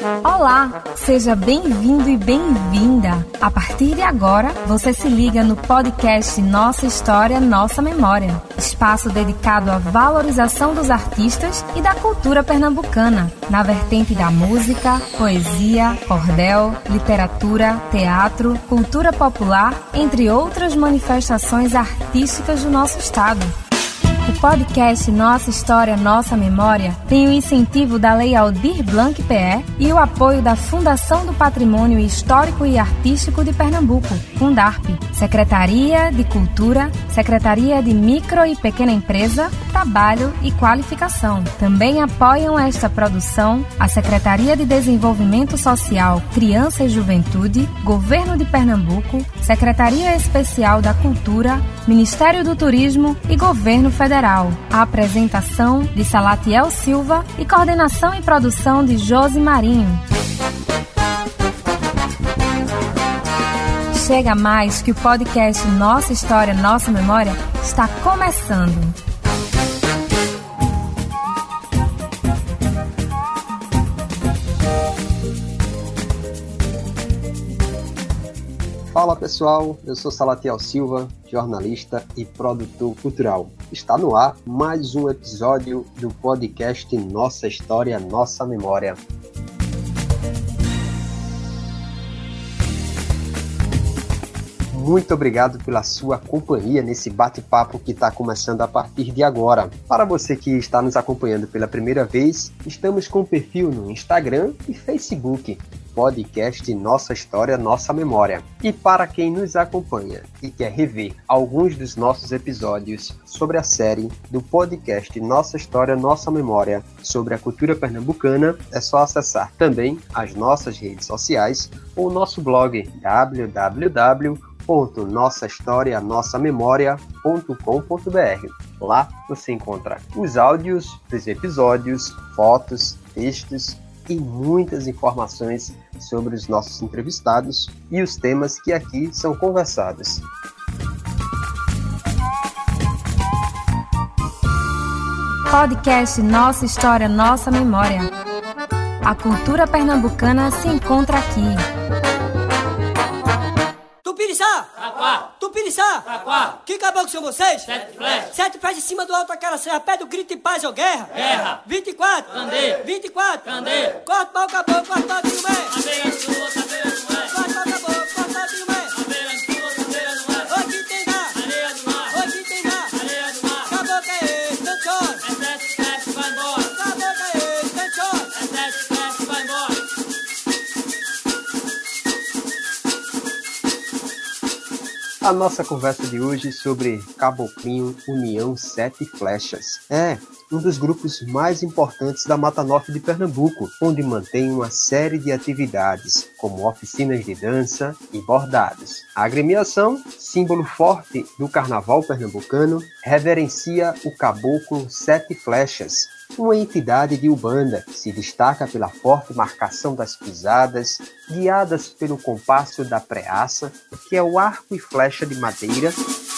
Olá, seja bem-vindo e bem-vinda. A partir de agora, você se liga no podcast Nossa História, Nossa Memória, espaço dedicado à valorização dos artistas e da cultura pernambucana, na vertente da música, poesia, cordel, literatura, teatro, cultura popular, entre outras manifestações artísticas do nosso estado. O podcast Nossa História, Nossa Memória tem o incentivo da Lei Aldir Blanc PE e o apoio da Fundação do Patrimônio Histórico e Artístico de Pernambuco, Fundarp, Secretaria de Cultura, Secretaria de Micro e Pequena Empresa, Trabalho e Qualificação. Também apoiam esta produção a Secretaria de Desenvolvimento Social, Criança e Juventude, Governo de Pernambuco, Secretaria Especial da Cultura, Ministério do Turismo e Governo Federal. A apresentação de Salatiel Silva e coordenação e produção de Josi Marinho. Chega mais que o podcast Nossa História, Nossa Memória está começando. Fala pessoal, eu sou Salatiel Silva, jornalista e produtor cultural. Está no ar mais um episódio do podcast Nossa História, Nossa Memória. Muito obrigado pela sua companhia nesse bate-papo que está começando a partir de agora. Para você que está nos acompanhando pela primeira vez, estamos com perfil no Instagram e Facebook, podcast Nossa História, Nossa Memória. E para quem nos acompanha e quer rever alguns dos nossos episódios sobre a série do podcast Nossa História, Nossa Memória sobre a cultura pernambucana, é só acessar também as nossas redes sociais ou o nosso blog www.nossahistorianossamemoria.com.br. Lá você encontra os áudios dos episódios, fotos, textos e muitas informações sobre os nossos entrevistados e os temas que aqui são conversados. Podcast Nossa História, Nossa Memória. A cultura pernambucana se encontra aqui. Tupiriçá! Taquá! Tupiriçá! Taquá! Que caboclo são vocês? 7 flechas! 7 flechas em cima do alto daquela serra, pé do grito de paz ou guerra! Guerra! 24! Candeia! 24! Candeia! Corta pau, caboclo, corta pau, tio mé! A beira do sul, outra beira do mar! Corta pau, caboclo, corta pau, tio mé! A beira do sul, outra beira do mar! Hoje tem mar! Areia do mar! Hoje tem mar! Areia do mar! Caboclo é esse, não chora! É 7 flechas, vai embora! Caboclo é esse, não chora! É 7 flechas, vai embora! A nossa conversa de hoje sobre Caboclinho União 7 Flechas. É um dos grupos mais importantes da Mata Norte de Pernambuco, onde mantém uma série de atividades, como oficinas de dança e bordados. A agremiação, símbolo forte do carnaval pernambucano, reverencia o Caboclo 7 Flechas, uma entidade de Umbanda que se destaca pela forte marcação das pisadas, guiadas pelo compasso da preaça, que é o arco e flecha de madeira.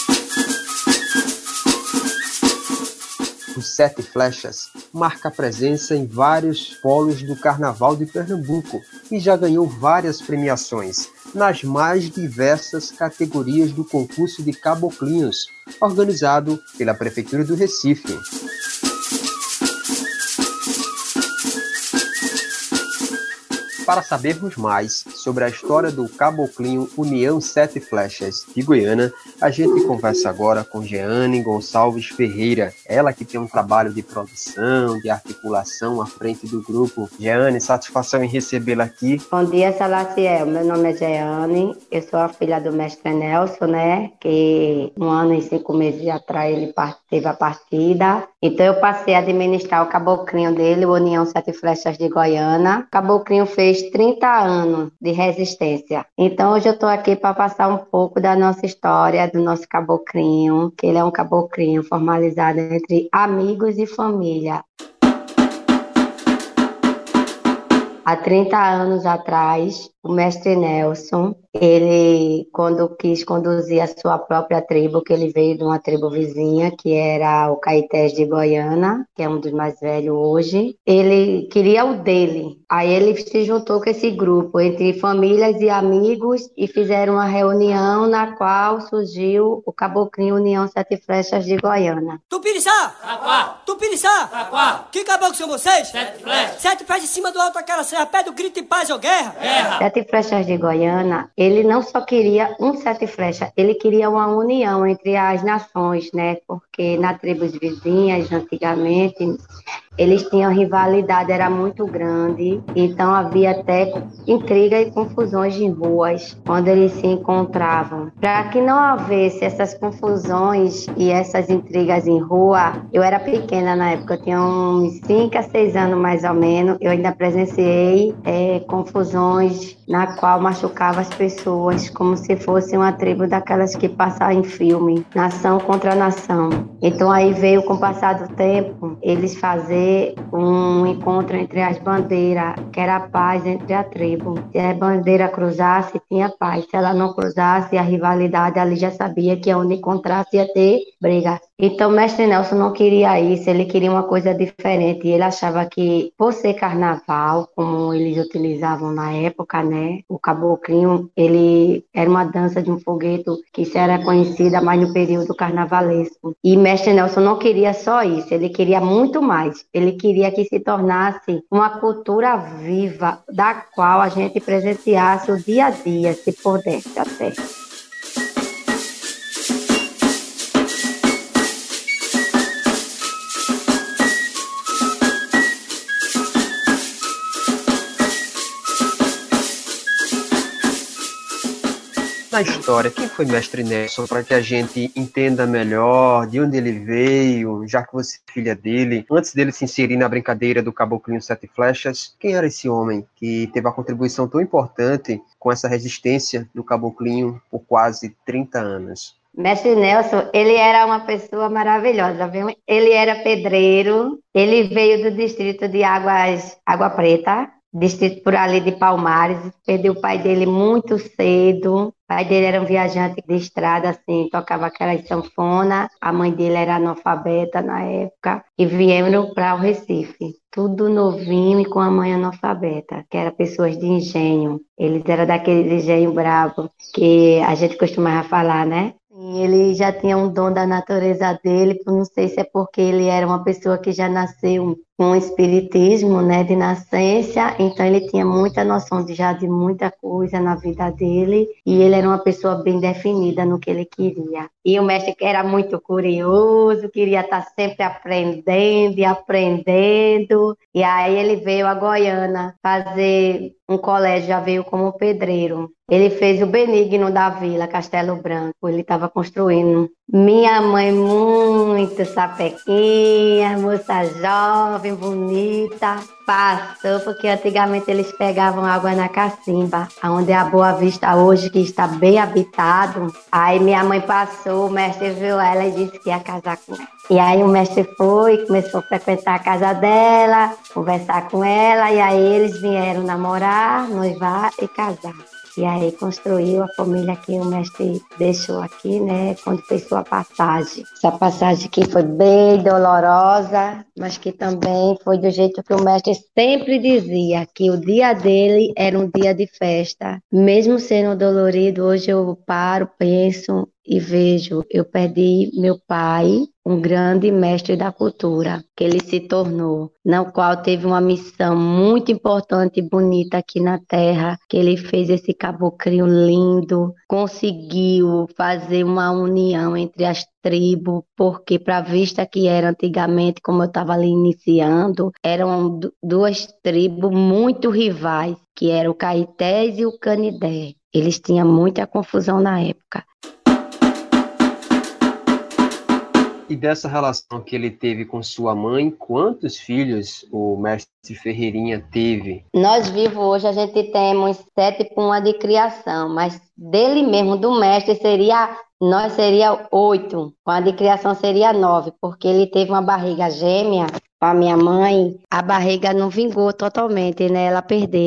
Os 7 Flechas marca presença em vários polos do Carnaval de Pernambuco e já ganhou várias premiações nas mais diversas categorias do concurso de caboclinhos, organizado pela Prefeitura do Recife. Para sabermos mais sobre a história do Caboclinho União 7 Flechas de Goiânia, a gente conversa agora com Jeane Gonçalves Ferreira, ela que tem um trabalho de produção, de articulação à frente do grupo. Jeane, satisfação em recebê-la aqui. Bom dia, Salatiel. Meu nome é Jeane, eu sou a filha do mestre Nelson, que 1 ano e 5 meses atrás ele teve a partida. Então eu passei a administrar o caboclinho dele, o União 7 Flechas de Goiânia. O caboclinho fez 30 anos de resistência. Então hoje eu estou aqui para passar um pouco da nossa história, do nosso caboclinho, que ele é um caboclinho formalizado entre amigos e família. Há 30 anos atrás, o mestre Nelson, ele, quando quis conduzir a sua própria tribo, que ele veio de uma tribo vizinha, que era o Caetés de Goiânia, que é um dos mais velhos hoje, ele queria o dele. Aí ele se juntou com esse grupo, entre famílias e amigos, e fizeram uma reunião na qual surgiu o Caboclinho União Sete Flechas de Goiânia. Tupiriçá! Taquá. Tupiriçá! Taquá. Que caboclo são vocês? Sete flechas. 7 flechas em cima do alto daquela serra, pé do grito de paz ou guerra? Guerra. Sete Flechas de Goiânia, ele não só queria um sete flechas, ele queria uma união entre as nações, né? Porque nas tribos vizinhas, antigamente, eles tinham rivalidade, era muito grande, então havia até intriga e confusões em ruas, quando eles se encontravam. Para que não houvesse essas confusões e essas intrigas em rua, eu era pequena na época, eu tinha uns 5 a 6 anos mais ou menos, eu ainda presenciei confusões na qual machucava as pessoas, como se fosse uma tribo daquelas que passam em filme, nação contra nação. Então aí veio, com o passar do tempo, eles fazer um encontro entre as bandeiras, que era a paz entre a tribo. Se a bandeira cruzasse, tinha paz. Se ela não cruzasse, a rivalidade ali já sabia que onde encontrasse ia ter briga. Então, o mestre Nelson não queria isso, ele queria uma coisa diferente. E ele achava que, por ser carnaval, como eles utilizavam na época, né? O caboclinho, ele era uma dança de um foguete que se era conhecida mais no período carnavalesco. E mestre Nelson não queria só isso, ele queria muito mais. Ele queria que se tornasse uma cultura viva, da qual a gente presenciasse o dia a dia, se pudesse até. Na história, quem foi Mestre Nelson, para que a gente entenda melhor de onde ele veio, já que você é filha dele, antes dele se inserir na brincadeira do Caboclinho Sete Flechas, quem era esse homem que teve uma contribuição tão importante com essa resistência do Caboclinho por quase 30 anos? Mestre Nelson, ele era uma pessoa maravilhosa, viu? Ele era pedreiro, ele veio do distrito de Água Preta, distrito por ali de Palmares, perdeu o pai dele muito cedo. O pai dele era um viajante de estrada, assim, tocava aquelas sanfona. A mãe dele era analfabeta na época e vieram para o Recife. Tudo novinho e com a mãe analfabeta, que eram pessoas de engenho. Eles eram daqueles engenho bravo que a gente costumava falar, né? E ele já tinha um dom da natureza dele, não sei se é porque ele era uma pessoa que já nasceu com o espiritismo, né, de nascença, então ele tinha muita noção de muita coisa na vida dele, e ele era uma pessoa bem definida no que ele queria. E o mestre que era muito curioso, queria estar sempre aprendendo e aprendendo, e aí ele veio a Goiânia fazer um colégio, já veio como pedreiro. Ele fez o Benigno da Vila, Castelo Branco, ele estava construindo. Minha mãe muito sapequinha, moça jovem, bonita, passou, porque antigamente eles pegavam água na cacimba, onde é a Boa Vista hoje, que está bem habitado. Aí minha mãe passou, o mestre viu ela e disse que ia casar com ela. E aí o mestre foi, começou a frequentar a casa dela, conversar com ela, e aí eles vieram namorar, noivar e casar. E aí construiu a família que o mestre deixou aqui, né, quando fez sua passagem. Essa passagem que foi bem dolorosa, mas que também foi do jeito que o mestre sempre dizia, que o dia dele era um dia de festa. Mesmo sendo dolorido, hoje eu paro, penso e vejo, eu perdi meu pai, um grande mestre da cultura, que ele se tornou, no qual teve uma missão muito importante e bonita aqui na Terra, que ele fez esse caboclinho lindo, conseguiu fazer uma união entre as tribos, porque para a vista que era antigamente, como eu estava ali iniciando, eram duas tribos muito rivais, que eram o Caetés e o Canidé. Eles tinham muita confusão na época. E dessa relação que ele teve com sua mãe, quantos filhos o mestre Ferreirinha teve? Nós vivos hoje, a gente temos 7 por uma de criação, mas dele mesmo, do mestre, nós seria 8, com a de criação seria 9, porque ele teve uma barriga gêmea com a minha mãe, a barriga não vingou totalmente, né? Ela perdeu.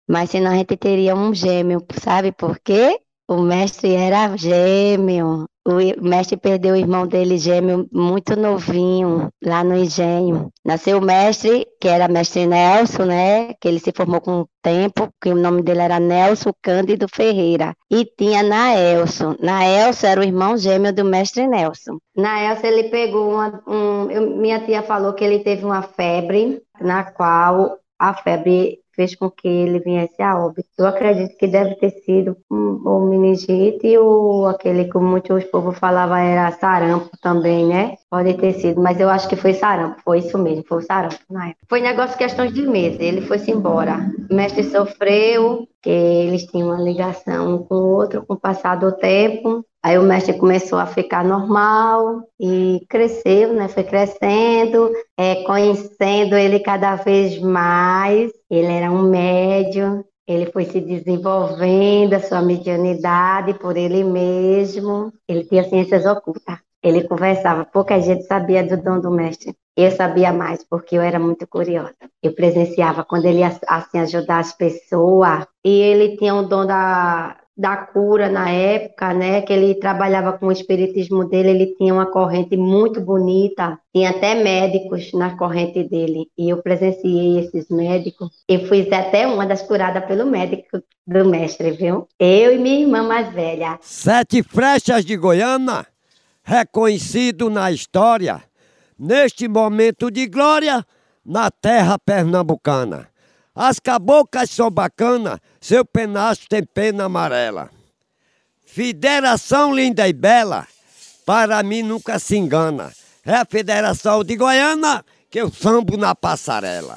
Mas senão a gente teria um gêmeo, sabe por quê? O mestre era gêmeo. O mestre perdeu o irmão dele gêmeo muito novinho, lá no engenho. Nasceu o mestre, que era mestre Nelson, né? Que ele se formou com o tempo, que o nome dele era Nelson Cândido Ferreira. E tinha Naelson. Naelson era o irmão gêmeo do mestre Nelson. Naelson, ele pegou minha tia falou que ele teve uma febre, na qual a febre fez com que ele viesse a óbito. Eu acredito que deve ter sido o meningite ou aquele que muitos povo falava era sarampo também, né? Pode ter sido, mas eu acho que foi sarampo, foi isso mesmo, foi o sarampo na época. Foi negócio de questões de meses, ele foi-se embora. O mestre sofreu, que eles tinham uma ligação um com o outro, com o passar do tempo. Aí o mestre começou a ficar normal e cresceu, né? Foi crescendo, conhecendo ele cada vez mais. Ele era um médium, ele foi se desenvolvendo a sua mediunidade por ele mesmo. Ele tinha ciências ocultas. Ele conversava, pouca gente sabia do dom do mestre. Eu sabia mais, porque eu era muito curiosa. Eu presenciava quando ele ia assim, ajudar as pessoas. E ele tinha o dom da cura na época, né? Que ele trabalhava com o espiritismo dele, ele tinha uma corrente muito bonita. Tinha até médicos na corrente dele. E eu presenciei esses médicos. Eu fui até uma das curadas pelo médico do mestre, viu? Eu e minha irmã mais velha. 7 Flechas de Goiânia, reconhecido na história, neste momento de glória, na terra pernambucana. As caboclas são bacanas, seu penacho tem pena amarela. Federação linda e bela, para mim nunca se engana. É a Federação de Goiânia que eu sambo na passarela.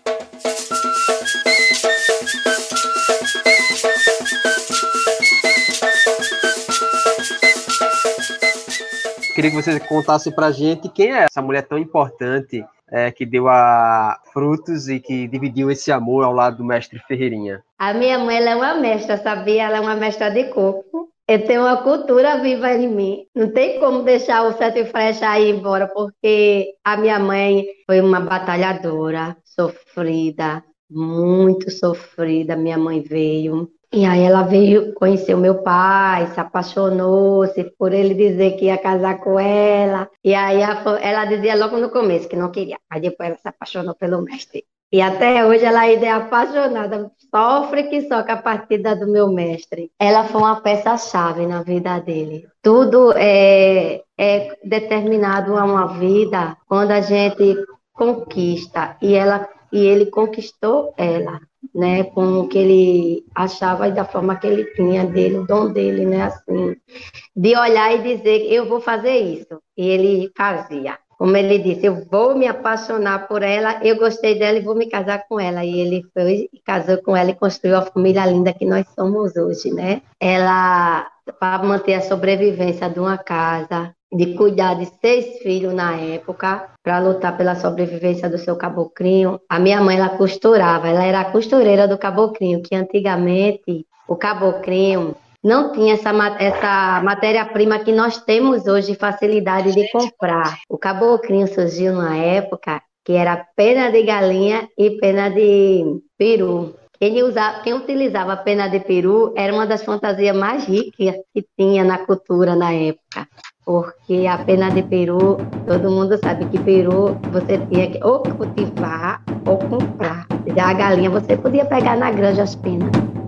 Queria que você contasse pra gente quem é essa mulher tão importante que deu a frutos e que dividiu esse amor ao lado do mestre Ferreirinha. A minha mãe, ela é uma mestra, sabia? Ela é uma mestra de coco. Eu tenho uma cultura viva em mim. Não tem como deixar o 7 Flechas aí embora, porque a minha mãe foi uma batalhadora, sofrida, muito sofrida. Minha mãe veio. E aí ela veio conhecer o meu pai, se apaixonou-se por ele dizer que ia casar com ela. E aí ela dizia logo no começo que não queria, mas depois ela se apaixonou pelo mestre. E até hoje ela ainda é apaixonada, sofre que só com a partida do meu mestre. Ela foi uma peça-chave na vida dele. Tudo é determinado a uma vida quando a gente conquista, e ele conquistou ela, né, com o que ele achava e da forma que ele tinha dele, o dom dele, né, assim, de olhar e dizer, eu vou fazer isso, e ele fazia. Como ele disse, eu vou me apaixonar por ela, eu gostei dela e vou me casar com ela. E ele foi e casou com ela e construiu a família linda que nós somos hoje, né? Ela, para manter a sobrevivência de uma casa, de cuidar de 6 filhos na época, para lutar pela sobrevivência do seu caboclinho. A minha mãe, ela costurava, ela era a costureira do caboclinho, que antigamente o caboclinho não tinha essa matéria-prima que nós temos hoje de facilidade de comprar. O caboclinho surgiu numa época que era pena de galinha e pena de peru. Quem utilizava pena de peru era uma das fantasias mais ricas que tinha na cultura na época. Porque a pena de peru, todo mundo sabe que peru você tinha que ou cultivar ou comprar. Já a galinha você podia pegar na granja as penas.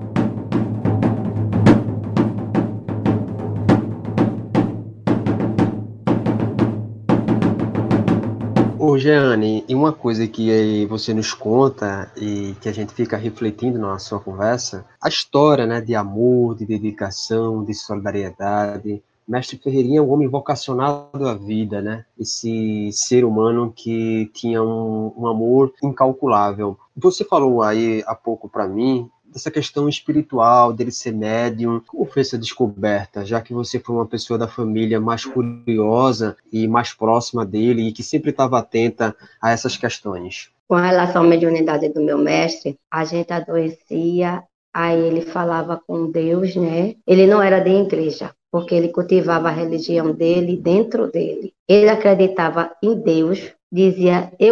Ô, Jeane, e uma coisa que você nos conta e que a gente fica refletindo na sua conversa, a história, né, de amor, de dedicação, de solidariedade. Mestre Ferreirinha é um homem vocacionado à vida, né? Esse ser humano que tinha um amor incalculável. Você falou aí há pouco para mim dessa questão espiritual, dele ser médium. Como foi essa descoberta, já que você foi uma pessoa da família mais curiosa e mais próxima dele e que sempre estava atenta a essas questões? Com relação à mediunidade do meu mestre, a gente adoecia, aí ele falava com Deus, né? Ele não era de igreja, porque ele cultivava a religião dele dentro dele. Ele acreditava em Deus, dizia, eu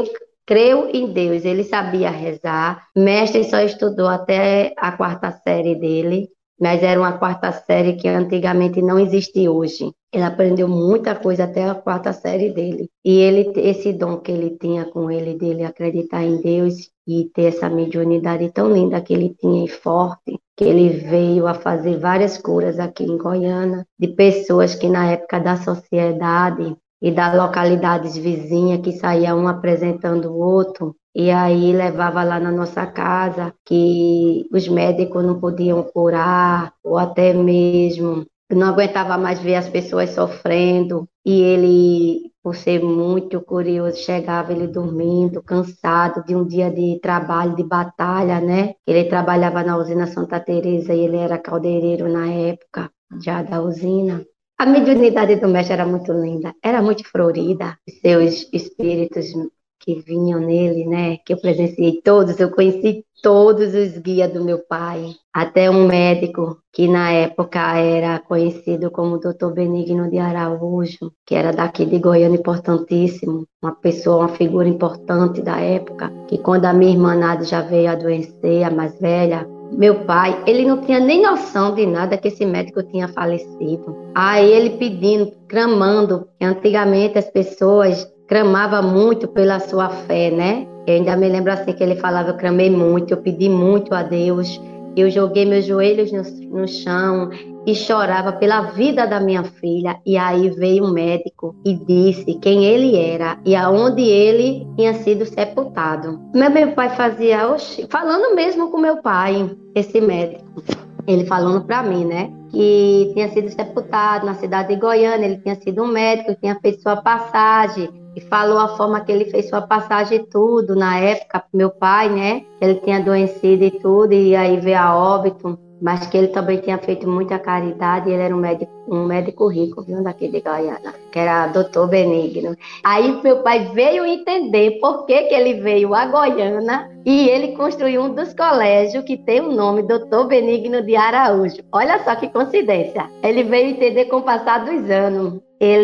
creu em Deus, ele sabia rezar. Mestre só estudou até a quarta série dele, mas era uma quarta série que antigamente não existe hoje. Ele aprendeu muita coisa até a quarta série dele. E esse dom que ele tinha com ele, dele acreditar em Deus e ter essa mediunidade tão linda que ele tinha e forte, que ele veio a fazer várias curas aqui em Goiânia, de pessoas que na época da sociedade e das localidades vizinhas, que saía um apresentando o outro, e aí levava lá na nossa casa, que os médicos não podiam curar, ou até mesmo não aguentava mais ver as pessoas sofrendo, e ele, por ser muito curioso, chegava ele dormindo, cansado de um dia de trabalho, de batalha, né? Ele trabalhava na usina Santa Teresa e ele era caldeireiro na época, já da usina. A mediunidade do mestre era muito linda, era muito florida, seus espíritos que vinham nele, né? Que eu presenciei todos, eu conheci todos os guias do meu pai, até um médico que na época era conhecido como Dr. Benigno de Araújo, que era daqui de Goiânia, importantíssimo, uma pessoa, uma figura importante da época, que quando a minha irmã Nádia já veio adoecer, a mais velha, meu pai, ele não tinha nem noção de nada que esse médico tinha falecido. Aí ele pedindo, clamando, que antigamente as pessoas clamava muito pela sua fé, né? Eu ainda me lembro assim que ele falava, eu clamei muito, eu pedi muito a Deus, eu joguei meus joelhos no chão e chorava pela vida da minha filha. E aí veio um médico e disse quem ele era e aonde ele tinha sido sepultado. Meu pai fazia, oxi, falando mesmo com meu pai, esse médico, ele falando para mim, né? Que tinha sido sepultado na cidade de Goiânia, ele tinha sido um médico, tinha feito sua passagem, e falou a forma que ele fez sua passagem e tudo, na época, meu pai, né, ele tinha adoecido e tudo, e aí veio a óbito, mas que ele também tinha feito muita caridade, e ele era um médico rico, viu, daqui de Goiânia, que era Dr. Benigno. Aí meu pai veio entender por que ele veio a Goiânia, e ele construiu um dos colégios que tem o nome Dr. Benigno de Araújo. Olha só que coincidência. Ele veio entender com o passar dos anos.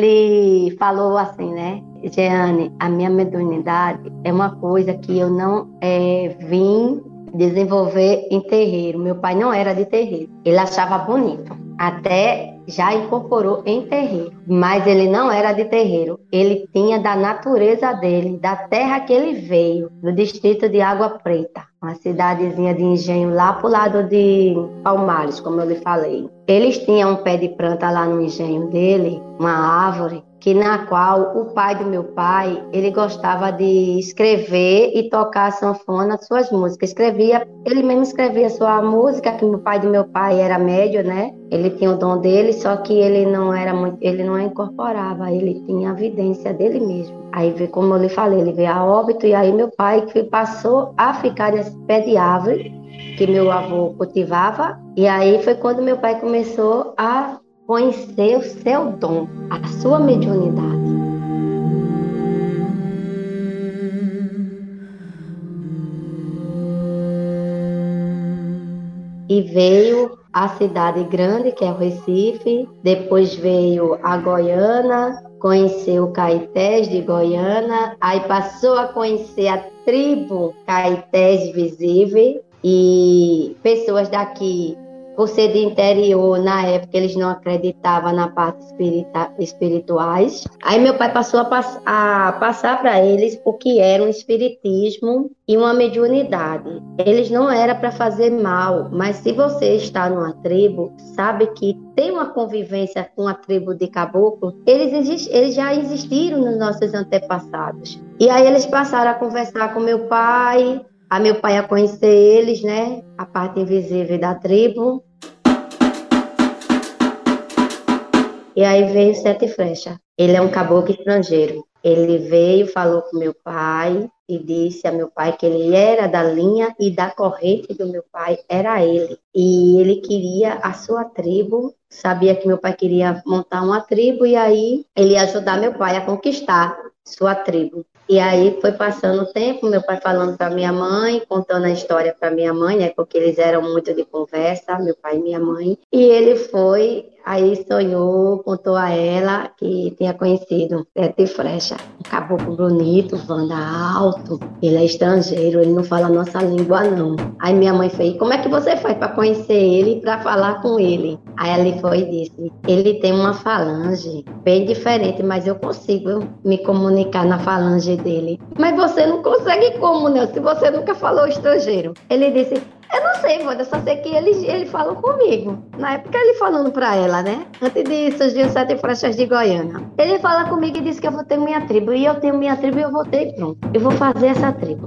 Ele falou assim, né? Jeane, a minha mediunidade é uma coisa que eu não vim desenvolver em terreiro. Meu pai não era de terreiro. Ele achava bonito. Até já incorporou em terreiro. Mas ele não era de terreiro. Ele tinha da natureza dele, da terra que ele veio, do distrito de Água Preta, uma cidadezinha de engenho lá pro lado de Palmares, como eu lhe falei. Eles tinham um pé de planta lá no engenho dele, uma árvore, na qual o pai do meu pai, ele gostava de escrever e tocar sanfona, suas músicas. Ele mesmo escrevia sua música, que o pai do meu pai era médio, né? Ele tinha o dom dele, só que ele não incorporava, ele tinha a vidência dele mesmo. Aí, como eu lhe falei, ele veio a óbito, e aí meu pai passou a ficar nesse pé de árvore que meu avô cultivava, e aí foi quando meu pai começou a conhecer o seu dom, a sua mediunidade. E veio a cidade grande, que é o Recife, depois veio a Goiânia, conheceu o Caetés de Goiânia, aí passou a conhecer a tribo Caetés Visível, e pessoas daqui, por ser de interior, na época eles não acreditavam na parte espirituais. Aí meu pai passou a passar para eles o que era um espiritismo e uma mediunidade. Eles não era para fazer mal, mas se você está numa tribo, sabe que tem uma convivência com a tribo de caboclo, eles já existiram nos nossos antepassados. E aí eles passaram a conversar com meu pai a conhecer eles, né? A parte invisível da tribo. E aí veio Sete Flechas. Ele é um caboclo estrangeiro. Ele veio, falou com meu pai e disse a meu pai que ele era da linha e da corrente do meu pai, era ele. E ele queria a sua tribo, sabia que meu pai queria montar uma tribo, e aí ele ia ajudar meu pai a conquistar sua tribo. E aí foi passando o tempo, meu pai falando para minha mãe, contando a história para minha mãe, né? Porque eles eram muito de conversa, meu pai e minha mãe. E ele foi, aí sonhou, contou a ela que tinha conhecido Sete Flecha, um caboclo bonito, Wanda, alto. Ele é estrangeiro, ele não fala a nossa língua, não. Aí minha mãe fez, como é que você faz para conhecer ele e para falar com ele? Aí ele foi e disse, ele tem uma falange bem diferente, mas eu consigo me comunicar na falange dele. Mas você não consegue como, né? Se você nunca falou estrangeiro. Ele disse, eu não sei, Wanda, eu só sei que ele falou comigo. Na época ele falando pra ela, né? Antes de surgir os Sete Flechas de Goiânia. Ele fala comigo e disse que eu vou ter minha tribo. E eu tenho minha tribo e eu vou ter, pronto. Eu vou fazer essa tribo.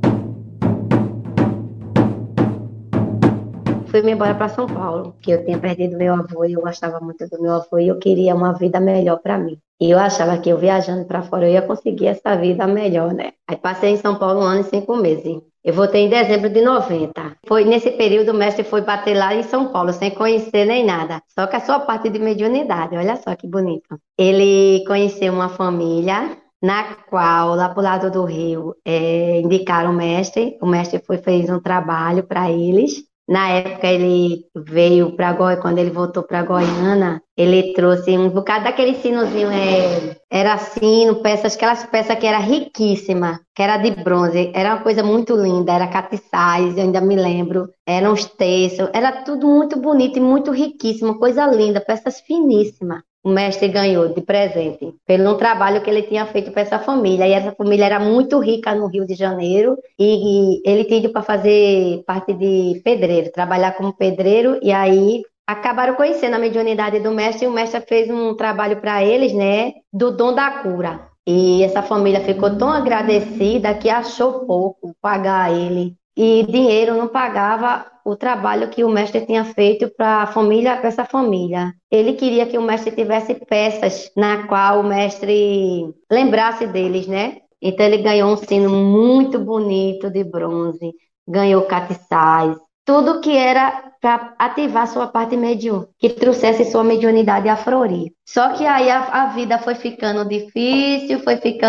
Fui-me embora para São Paulo, que eu tinha perdido meu avô e eu gostava muito do meu avô e eu queria uma vida melhor para mim. E eu achava que eu viajando para fora eu ia conseguir essa vida melhor, né? Aí passei em São Paulo 1 ano e 5 meses. Eu voltei em dezembro de 90. Foi nesse período o mestre foi bater lá em São Paulo, sem conhecer nem nada. Só que a sua parte de mediunidade, olha só que bonito. Ele conheceu uma família na qual, lá pro lado do Rio, indicaram o mestre fez um trabalho para eles. Na época ele veio para Goiânia, quando ele voltou para Goiânia, ele trouxe um bocado daquele sinozinho, era sino, aquelas peças que era riquíssima, que era de bronze, era uma coisa muito linda, era catiçais, eu ainda me lembro, eram os terços, era tudo muito bonito e muito riquíssimo, coisa linda, peças finíssimas. O mestre ganhou de presente pelo trabalho que ele tinha feito para essa família. E essa família era muito rica no Rio de Janeiro e ele tinha para fazer parte de pedreiro, trabalhar como pedreiro. E aí acabaram conhecendo a mediunidade do mestre e o mestre fez um trabalho para eles, né, do dom da cura. E essa família ficou tão agradecida que achou pouco pagar ele. E dinheiro não pagava o trabalho que o mestre tinha feito para essa família. Ele queria que o mestre tivesse peças na qual o mestre lembrasse deles, né? Então ele ganhou um sino muito bonito de bronze, ganhou catiçais, tudo que era para ativar sua parte mediúnica, que trouxesse sua mediunidade a florir. Só que aí a vida foi ficando difícil,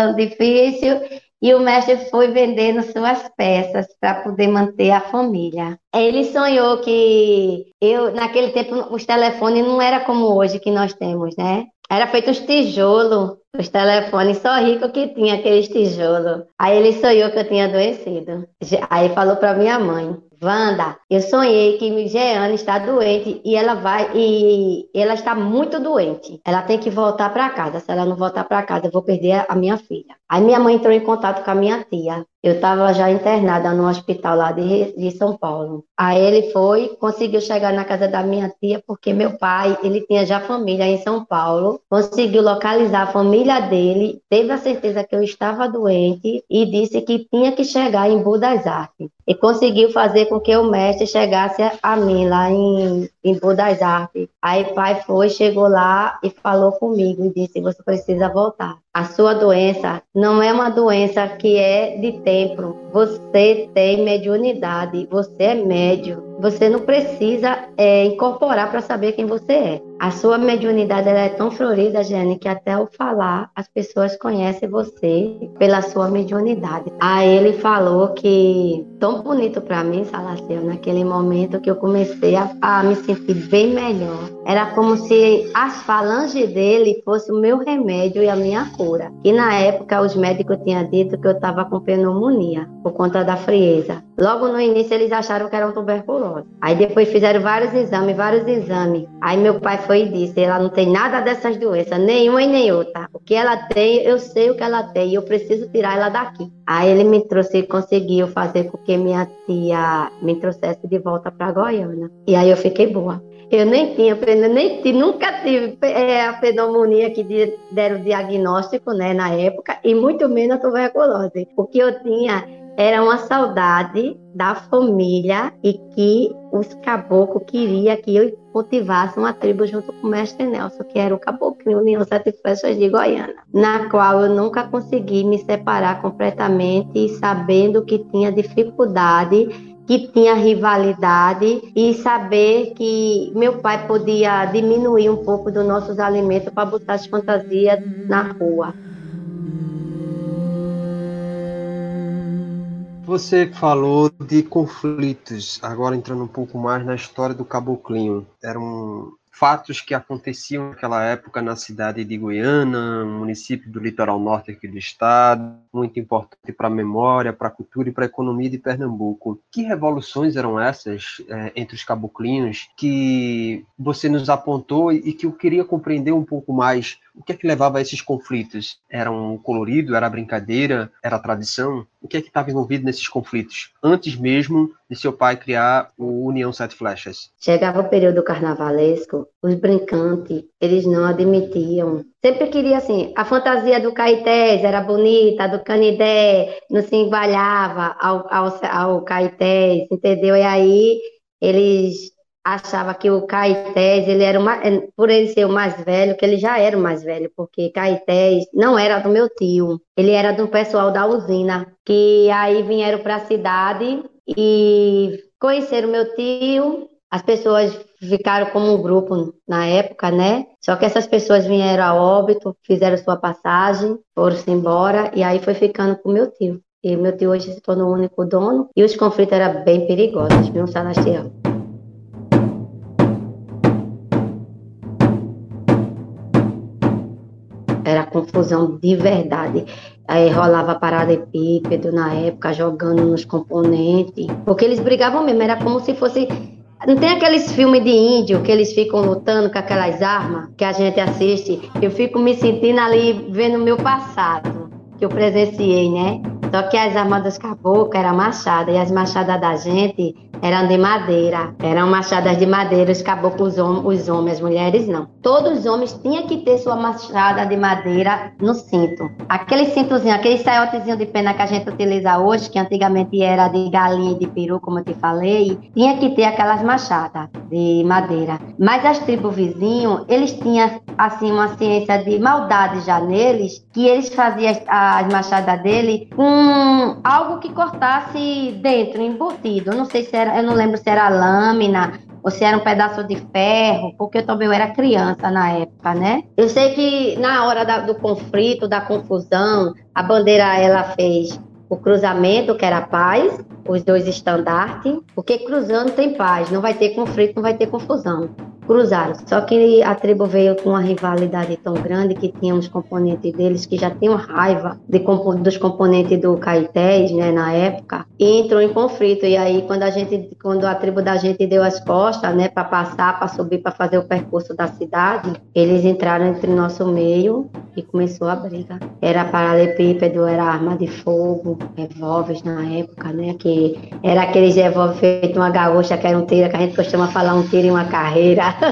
e o mestre foi vendendo suas peças para poder manter a família. Ele sonhou que naquele tempo, os telefones não era como hoje que nós temos, né? Era feito os tijolos, os telefones, só rico que tinha aqueles tijolos. Aí ele sonhou que eu tinha adoecido. Aí falou para minha mãe, Wanda, eu sonhei que Jeane está doente e ela está muito doente. Ela tem que voltar para casa. Se ela não voltar para casa, eu vou perder a minha filha. Aí minha mãe entrou em contato com a minha tia. Eu estava já internada no hospital lá de São Paulo. Aí ele conseguiu chegar na casa da minha tia, porque meu pai, ele tinha já família em São Paulo, conseguiu localizar a família dele, teve a certeza que eu estava doente e disse que tinha que chegar em Boa das Artes. E conseguiu fazer com que o mestre chegasse a mim lá em Boa das Artes. Aí o pai chegou lá e falou comigo e disse, você precisa voltar. A sua doença não é uma doença que é de tempo. Você tem mediunidade, você é médium. Você não precisa incorporar para saber quem você é. A sua mediunidade ela é tão florida, Jane, que até ao falar, as pessoas conhecem você pela sua mediunidade. Aí ele falou que, tão bonito para mim, Salacel, naquele momento que eu comecei a me sentir bem melhor. Era como se as falanges dele fossem o meu remédio e a minha cura. E na época os médicos tinham dito que eu estava com pneumonia, por conta da frieza. Logo no início eles acharam que era um tuberculose. Aí depois fizeram vários exames. Aí meu pai foi e disse, ela não tem nada dessas doenças, nenhuma e nem outra. O que ela tem, eu sei o que ela tem e eu preciso tirar ela daqui. Aí ele me trouxe, conseguiu fazer com que minha tia me trouxesse de volta para Goiânia. E aí eu fiquei boa. Eu nunca tive a pneumonia que deram o diagnóstico, né, na época, e muito menos a tuberculose. O que eu tinha era uma saudade da família e que os caboclos queriam que eu cultivasse uma tribo junto com o mestre Nelson, que era o Caboclinho União Sete Flechas de Goiânia, na qual eu nunca consegui me separar completamente, e sabendo que tinha dificuldade, que tinha rivalidade, e saber que meu pai podia diminuir um pouco dos nossos alimentos para botar as fantasias na rua. Você falou de conflitos, agora entrando um pouco mais na história do Caboclinho. Eram fatos que aconteciam naquela época na cidade de Goiânia, um município do litoral norte aqui do estado, muito importante para a memória, para a cultura e para a economia de Pernambuco. Que revoluções eram essas entre os caboclinhos que você nos apontou e que eu queria compreender um pouco mais? O que é que levava a esses conflitos? Era um colorido? Era brincadeira? Era tradição? O que é que estava envolvido nesses conflitos? Antes mesmo de seu pai criar o União Sete Flechas. Chegava o período carnavalesco, os brincantes, eles não admitiam. Sempre queria assim, a fantasia do Caetés era bonita, do Canidé, não se igualava ao Caetés, entendeu? E aí eles achavam que o Caetés, ele era por ele ser o mais velho, que ele já era o mais velho, porque Caetés não era do meu tio, ele era do pessoal da usina, que aí vieram para a cidade e conheceram meu tio. As pessoas ficaram como um grupo na época, né? Só que essas pessoas vieram a óbito, fizeram sua passagem, foram-se embora, e aí foi ficando com meu tio. E meu tio hoje se tornou o único dono, e os conflitos eram bem perigosos, viu, Sebastião? Era confusão de verdade. Aí rolava paralelepípedo na época, jogando nos componentes, porque eles brigavam mesmo, era como se fosse... Não tem aqueles filmes de índio que eles ficam lutando com aquelas armas que a gente assiste? Eu fico me sentindo ali, vendo o meu passado, que eu presenciei, né? Só que as armas dos caboclos eram machadas, e as machadas da gente eram de madeira. Eram machadas de madeira, os caboclos, os homens, as mulheres não. Todos os homens tinham que ter sua machada de madeira no cinto. Aquele cintozinho, aquele saiotezinho de pena que a gente utiliza hoje, que antigamente era de galinha e de peru, como eu te falei, tinha que ter aquelas machadas de madeira. Mas as tribos vizinhos, eles tinham assim uma ciência de maldade já neles, que eles faziam as machadas dele com algo que cortasse dentro, embutido. Não sei se era, eu não lembro se era lâmina ou se era um pedaço de ferro, porque eu também era criança na época, né? Eu sei que na hora do conflito, da confusão, a bandeira ela fez o cruzamento, que era paz, os dois estandartes, porque cruzando tem paz, não vai ter conflito, não vai ter confusão. Cruzaram. Só que a tribo veio com uma rivalidade tão grande que tinha uns componentes deles que já tinham raiva dos componentes do Caetés, né, na época, e entrou em conflito. E aí, quando a tribo da gente deu as costas, né, para passar, para subir, para fazer o percurso da cidade, eles entraram entre nosso meio e começou a briga. Era paralelepípedo, era arma de fogo, revólveres na época, né, que era aqueles revólveres feitos uma gaúcha, que era um tiro, que a gente costuma falar um tiro em uma carreira.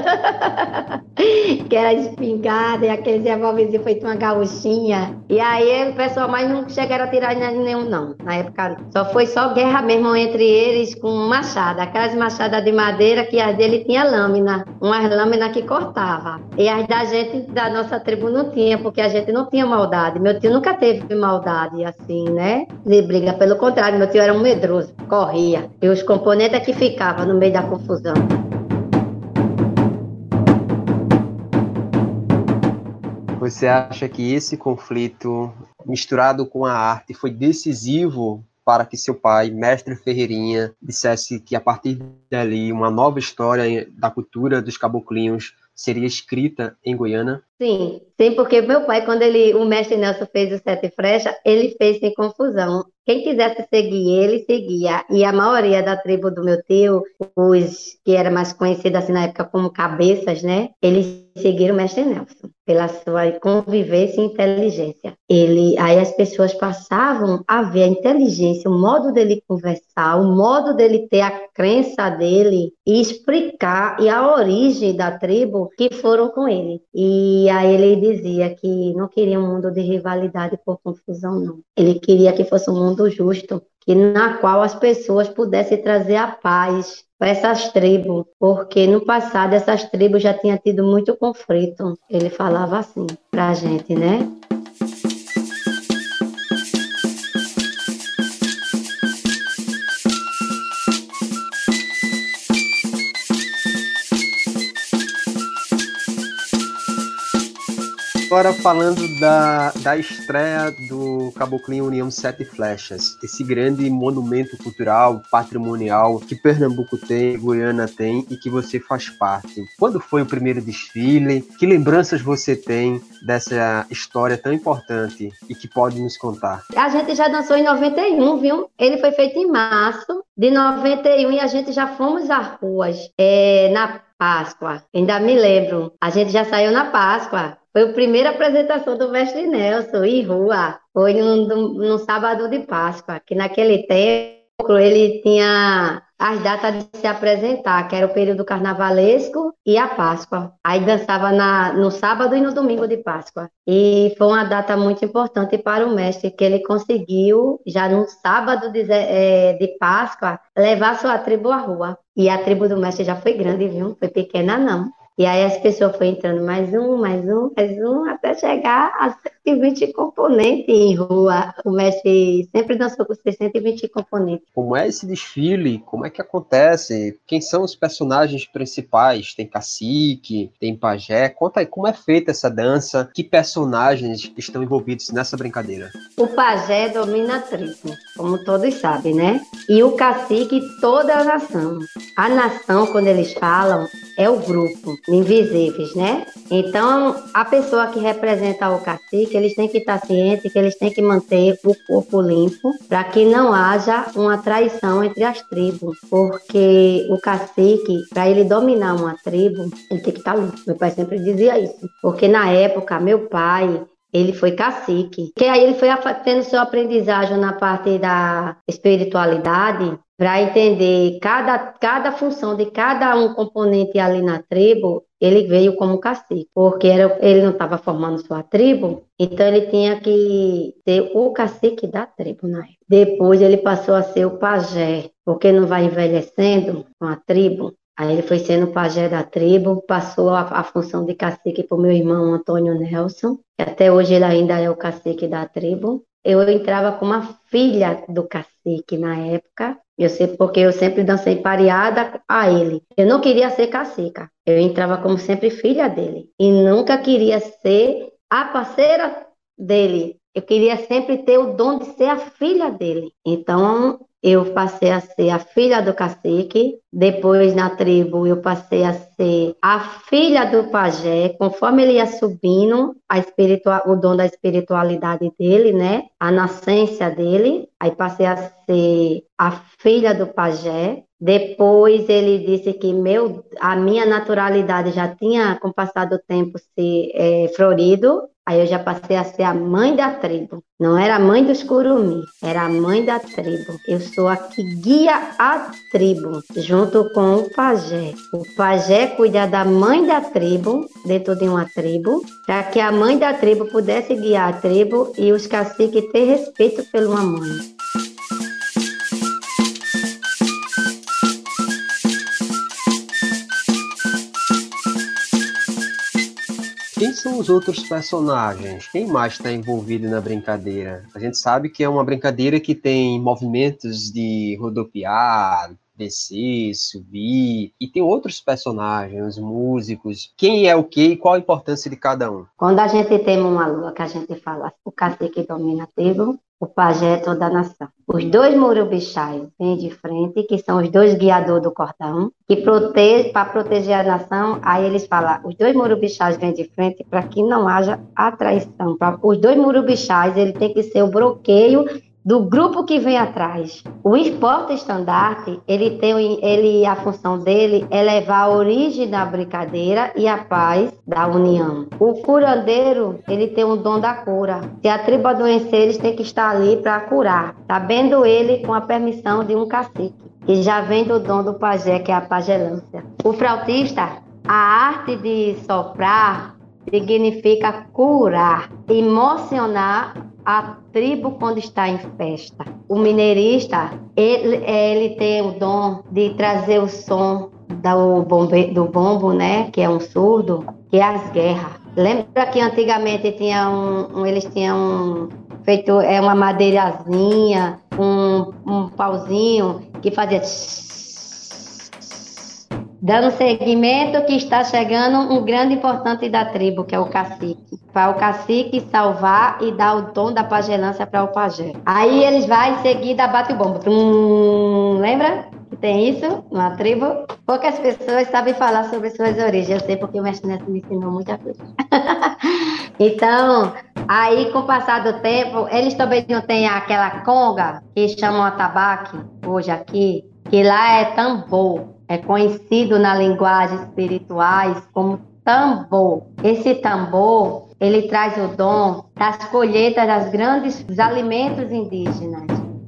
Que era espingarda e aqueles revólveres feito uma gauchinha. E aí o pessoal mais não chegaram a tirar nenhum, não. Na época foi só guerra mesmo entre eles com machado. Aquelas machadas de madeira que as dele tinha lâmina, umas lâminas que cortava. E as da gente, da nossa tribo, não tinha, porque a gente não tinha maldade. Meu tio nunca teve maldade assim, né? De briga, pelo contrário, meu tio era um medroso, corria. E os componentes é que ficavam no meio da confusão. Você acha que esse conflito, misturado com a arte, foi decisivo para que seu pai, mestre Ferreirinha, dissesse que a partir dali uma nova história da cultura dos caboclinhos seria escrita em Goiânia? Sim, porque meu pai, quando o mestre Nelson fez o Sete Flechas, ele fez sem confusão. Quem quisesse seguir ele, seguia. E a maioria da tribo do meu tio, os que era mais conhecido assim na época como cabeças, né? Eles seguiram o mestre Nelson, pela sua convivência e inteligência. Aí as pessoas passavam a ver a inteligência, o modo dele conversar, o modo dele ter a crença dele e explicar e a origem da tribo que foram com ele. E aí ele dizia que não queria um mundo de rivalidade por confusão, não. Ele queria que fosse um mundo justo, na qual as pessoas pudessem trazer a paz para essas tribos, porque no passado essas tribos já tinham tido muito conflito. Ele falava assim para a gente, né? Agora falando da estreia do Caboclinho União Sete Flechas, esse grande monumento cultural, patrimonial que Pernambuco tem, Goiânia tem e que você faz parte. Quando foi o primeiro desfile? Que lembranças você tem dessa história tão importante e que pode nos contar? A gente já dançou em 91, viu? Ele foi feito em março de 91 e a gente já fomos às ruas na Páscoa. Ainda me lembro. A gente já saiu na Páscoa. Foi a primeira apresentação do Mestre Nelson em rua. Foi num sábado de Páscoa, que naquele tempo ele tinha as datas de se apresentar, que era o período carnavalesco e a Páscoa. Aí dançava no sábado e no domingo de Páscoa. E foi uma data muito importante para o mestre, que ele conseguiu, já no sábado de Páscoa, levar sua tribo à rua. E a tribo do mestre já foi grande, viu? Foi pequena, não. E aí as pessoas foram entrando mais um, até chegar a 120 componentes em rua. O mestre sempre dançou com 120 componentes. Como é esse desfile? Como é que acontece? Quem são os personagens principais? Tem cacique, tem pajé? Conta aí, como é feita essa dança? Que personagens estão envolvidos nessa brincadeira? O pajé domina a tribo, como todos sabem, né? E o cacique, toda a nação. A nação, quando eles falam, é o grupo, invisíveis, né? Então, a pessoa que representa o cacique, eles têm que estar cientes que eles têm que manter o corpo limpo para que não haja uma traição entre as tribos, porque o cacique, para ele dominar uma tribo, ele tem que estar limpo. Meu pai sempre dizia isso, porque na época, meu pai, ele foi cacique, que aí ele foi tendo seu aprendizagem na parte da espiritualidade, para entender cada função de cada um componente ali na tribo. Ele veio como cacique, porque ele não estava formando sua tribo, então ele tinha que ser o cacique da tribo na época. Depois ele passou a ser o pajé, porque não vai envelhecendo com a tribo. Aí ele foi sendo o pajé da tribo, passou a função de cacique para o meu irmão Antônio Nelson, que até hoje ele ainda é o cacique da tribo. Eu entrava como a filha do cacique na época, porque eu sempre dancei pareada a ele. Eu não queria ser cacica, eu entrava como sempre filha dele. E nunca queria ser a parceira dele. Eu queria sempre ter o dom de ser a filha dele. Então, eu passei a ser a filha do cacique. Depois, na tribo, eu passei a ser a filha do pajé. Conforme ele ia subindo, o dom da espiritualidade dele, né? A nascência dele. Aí passei a ser a filha do pajé. Depois ele disse que a minha naturalidade já tinha, com o passar do tempo, se florido. Aí eu já passei a ser a mãe da tribo. Não era a mãe dos curumim, era a mãe da tribo. Eu sou a que guia a tribo, junto com o pajé. O pajé cuida da mãe da tribo, dentro de uma tribo, para que a mãe da tribo pudesse guiar a tribo e os caciques ter respeito pela mãe. Quem são os outros personagens? Quem mais está envolvido na brincadeira? A gente sabe que é uma brincadeira que tem movimentos de rodopiar, descer, subir, e tem outros personagens, músicos. Quem é o quê e qual a importância de cada um? Quando a gente tem uma lua, que a gente fala, o cacique domina a tribo, o pajé é toda a nação. Os dois murubixás vêm de frente, que são os dois guiadores do cordão, que para proteger a nação, aí eles falam, os dois murubixás vêm de frente para que não haja a traição. Os dois murubixás, ele tem que ser o bloqueio do grupo que vem atrás. O esporte-estandarte, a função dele é levar a origem da brincadeira e a paz da união. O curandeiro, ele tem o dom da cura. Se a tribo adoecer, eles têm que estar ali para curar, sabendo ele com a permissão de um cacique, que já vem do dom do pajé, que é a pagelância. O flautista, a arte de soprar significa curar, emocionar a tribo quando está em festa. O mineirista, ele tem o dom de trazer o som do bombo, né, que é um surdo, que é as guerras. Lembra que antigamente eles tinham feito uma madeirazinha, um pauzinho que fazia Dando seguimento que está chegando um grande importante da tribo, que é o cacique. Para o cacique salvar e dar o dom da pagelância para o pajé. Aí eles vão em seguida bate o bombo. Lembra que tem isso numa tribo? Poucas pessoas sabem falar sobre suas origens. Eu sei porque o mestre Neto me ensinou muita coisa. Então, aí com o passar do tempo, eles também não têm aquela conga que chamam atabaque, hoje aqui, que lá é tambor. É conhecido na linguagem espirituais como tambor. Esse tambor, ele traz o dom das colheitas dos alimentos indígenas.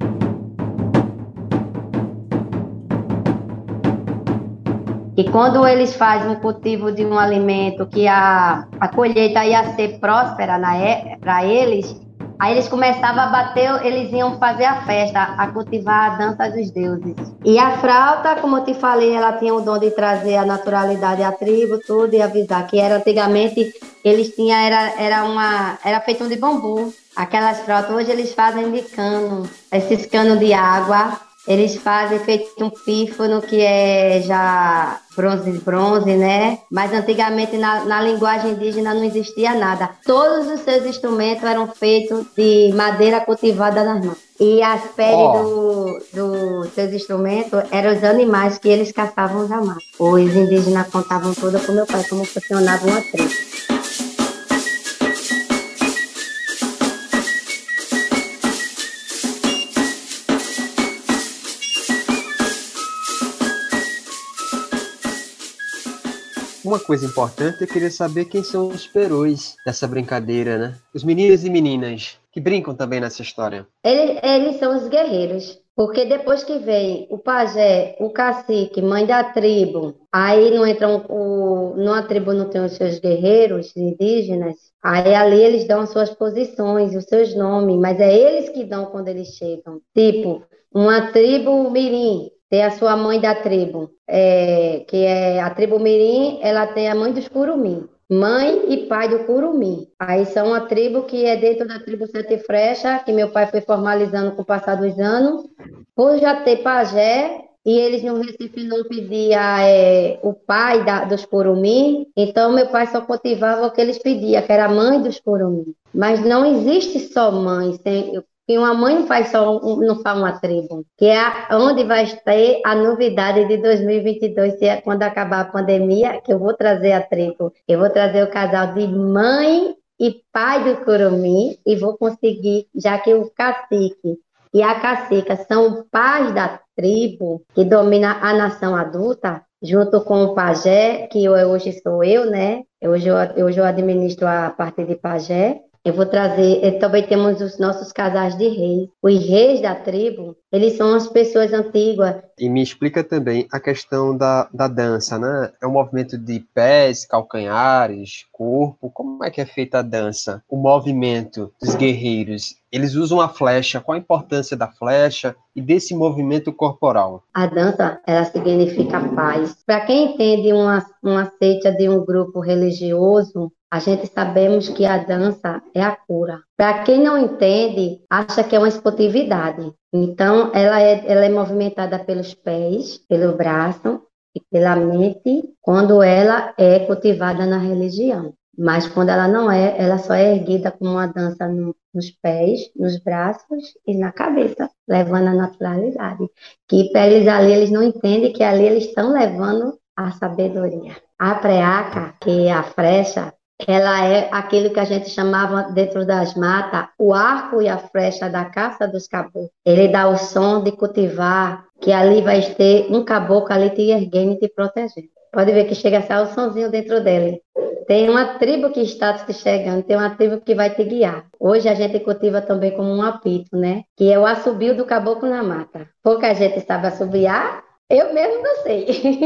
E quando eles fazem um cultivo de um alimento que a colheita ia ser próspera para eles, aí eles começavam a bater, eles iam fazer a festa, a cultivar a dança dos deuses. E a flauta, como eu te falei, ela tinha o dom de trazer a naturalidade à tribo, tudo, e avisar que antigamente eles tinham, era feito de bambu. Aquelas flautas, hoje eles fazem de cano, esses canos de água. Eles fazem feito um pífano que é já bronze, né? Mas antigamente na linguagem indígena não existia nada. Todos os seus instrumentos eram feitos de madeira cultivada nas mãos. E as peles dos seus instrumentos eram os animais que eles caçavam já mata. Os indígenas contavam tudo com meu pai, como funcionava uma tribo. Uma coisa importante, eu queria saber quem são os perus dessa brincadeira, né? Os meninos e meninas que brincam também nessa história. Eles são os guerreiros, porque depois que vem o pajé, o cacique, mãe da tribo, aí não entram, numa tribo não tem os seus guerreiros indígenas, aí ali eles dão as suas posições, os seus nomes, mas é eles que dão quando eles chegam. Tipo, uma tribo mirim, tem a sua mãe da tribo, que é a tribo mirim, ela tem a mãe dos curumim, mãe e pai do curumim. Aí são uma tribo que é dentro da tribo Sete Flechas, que meu pai foi formalizando com o passar dos anos, por já ter pajé, e eles no Recife não pediam o pai dos curumim, então meu pai só cultivava o que eles pediam, que era a mãe dos curumim. Mas não existe só mãe, que uma mãe não faz uma tribo, que é onde vai ter a novidade de 2022, se é quando acabar a pandemia, que eu vou trazer a tribo. Eu vou trazer o casal de mãe e pai do curumim e vou conseguir, já que o cacique e a cacica são pais da tribo que domina a nação adulta, junto com o pajé, que hoje sou eu, né? Hoje eu administro a parte de pajé. Eu vou trazer, também temos os nossos casais de reis. Os reis da tribo, eles são as pessoas antigas. E me explica também a questão da dança, né? É um movimento de pés, calcanhares, corpo. Como é que é feita a dança? O movimento dos guerreiros. Eles usam a flecha. Qual a importância da flecha e desse movimento corporal? A dança, ela significa paz. Para quem entende uma seita de um grupo religioso, a gente sabemos que a dança é a cura. Para quem não entende, acha que é uma esportividade. Então, ela é movimentada pelos pés, pelo braço e pela mente, quando ela é cultivada na religião. Mas quando ela não é, ela só é erguida como uma dança nos pés, nos braços e na cabeça, levando a naturalidade. Que para eles ali, eles não entendem que ali eles estão levando a sabedoria. A preaca, que é a flecha, ela é aquilo que a gente chamava dentro das matas, o arco e a flecha da caça dos caboclos. Ele dá o som de cultivar, que ali vai ter um caboclo ali te erguendo e te protegendo. Pode ver que chega a sair o sonzinho dentro dele. Tem uma tribo que está te chegando, tem uma tribo que vai te guiar. Hoje a gente cultiva também como um apito, né? Que é o assobio do caboclo na mata. Pouca gente sabe assobiar, eu mesmo não sei.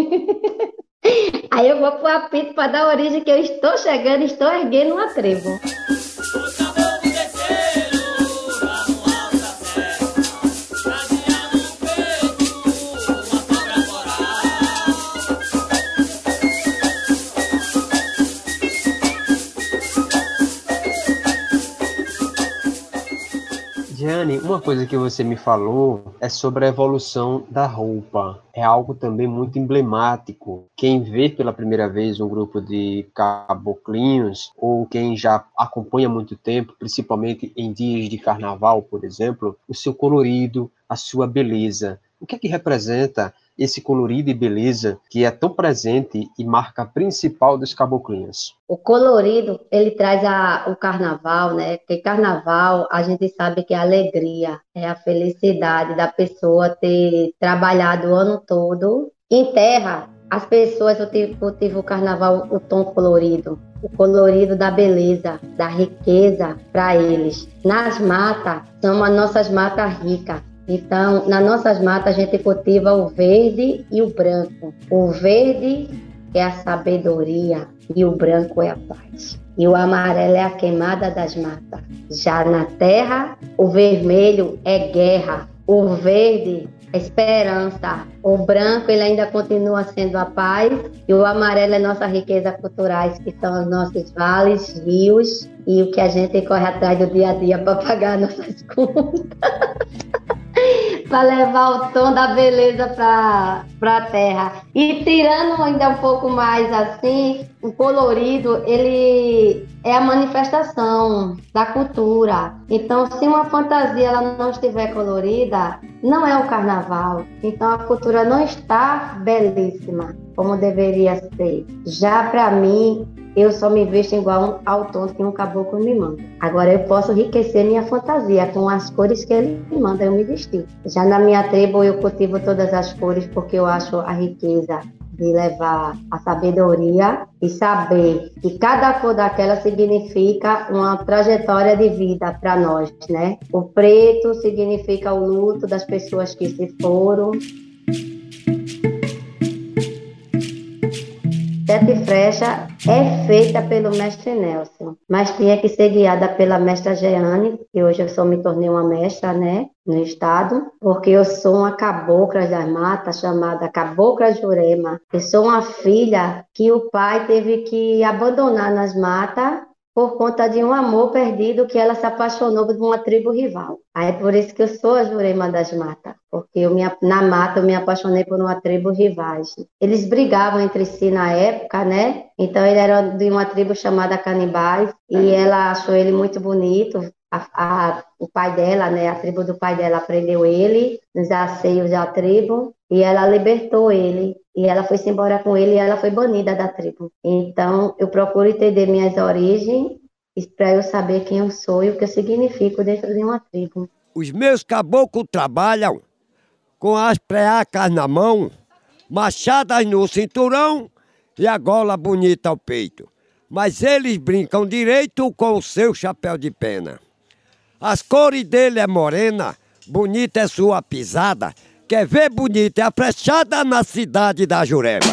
Aí eu vou pro apito para dar origem que eu estou chegando, estou erguendo uma tribo. Jaiane, uma coisa que você me falou é sobre a evolução da roupa. É algo também muito emblemático. Quem vê pela primeira vez um grupo de caboclinhos, ou quem já acompanha há muito tempo, principalmente em dias de carnaval, por exemplo, o seu colorido, a sua beleza. O que é que representa esse colorido e beleza que é tão presente e marca principal dos caboclinhos? O colorido, ele traz o carnaval, né? Porque carnaval, a gente sabe que é a alegria, é a felicidade da pessoa ter trabalhado o ano todo. Em terra, as pessoas cultivam o carnaval, o tom colorido, o colorido da beleza, da riqueza para eles. Nas matas, são as nossas matas ricas. Então, nas nossas matas, a gente cultiva o verde e o branco. O verde é a sabedoria e o branco é a paz. E o amarelo é a queimada das matas. Já na terra, o vermelho é guerra. O verde é esperança. O branco, ele ainda continua sendo a paz. E o amarelo é nossa riqueza culturais, que são os nossos vales, rios e o que a gente corre atrás do dia a dia para pagar nossas contas. Para levar o tom da beleza para a terra. E tirando ainda um pouco mais assim, o colorido, ele é a manifestação da cultura. Então, se uma fantasia ela não estiver colorida, não é o carnaval. Então, a cultura não está belíssima como deveria ser. Já para mim, eu só me visto igual ao tom que um caboclo me manda. Agora eu posso enriquecer minha fantasia com as cores que ele me manda eu me vestir. Já na minha tribo eu cultivo todas as cores porque eu acho a riqueza de levar a sabedoria e saber que cada cor daquela significa uma trajetória de vida para nós, né? O preto significa o luto das pessoas que se foram. Sete Flechas é feita pelo mestre Nelson, mas tinha que ser guiada pela mestra Jeane, que hoje eu só me tornei uma mestra, né, no estado, porque eu sou uma cabocla das matas, chamada Cabocla Jurema. Eu sou uma filha que o pai teve que abandonar nas matas por conta de um amor perdido que ela se apaixonou por uma tribo rival. Aí é por isso que eu sou a Jurema das Matas, porque na mata eu me apaixonei por uma tribo rivais. Eles brigavam entre si na época, né? Então ele era de uma tribo chamada Canibais e ela achou ele muito bonito. O pai dela, né? A tribo do pai dela prendeu ele nos asseios da tribo e ela libertou ele. E ela foi-se embora com ele e ela foi banida da tribo. Então, eu procuro entender minhas origens para eu saber quem eu sou e o que eu significo dentro de uma tribo. Os meus caboclos trabalham com as preacas na mão, machadas no cinturão e a gola bonita ao peito. Mas eles brincam direito com o seu chapéu de pena. As cores dele é morena, bonita é sua pisada. Quer ver bonita é a flechada na cidade da Jurema.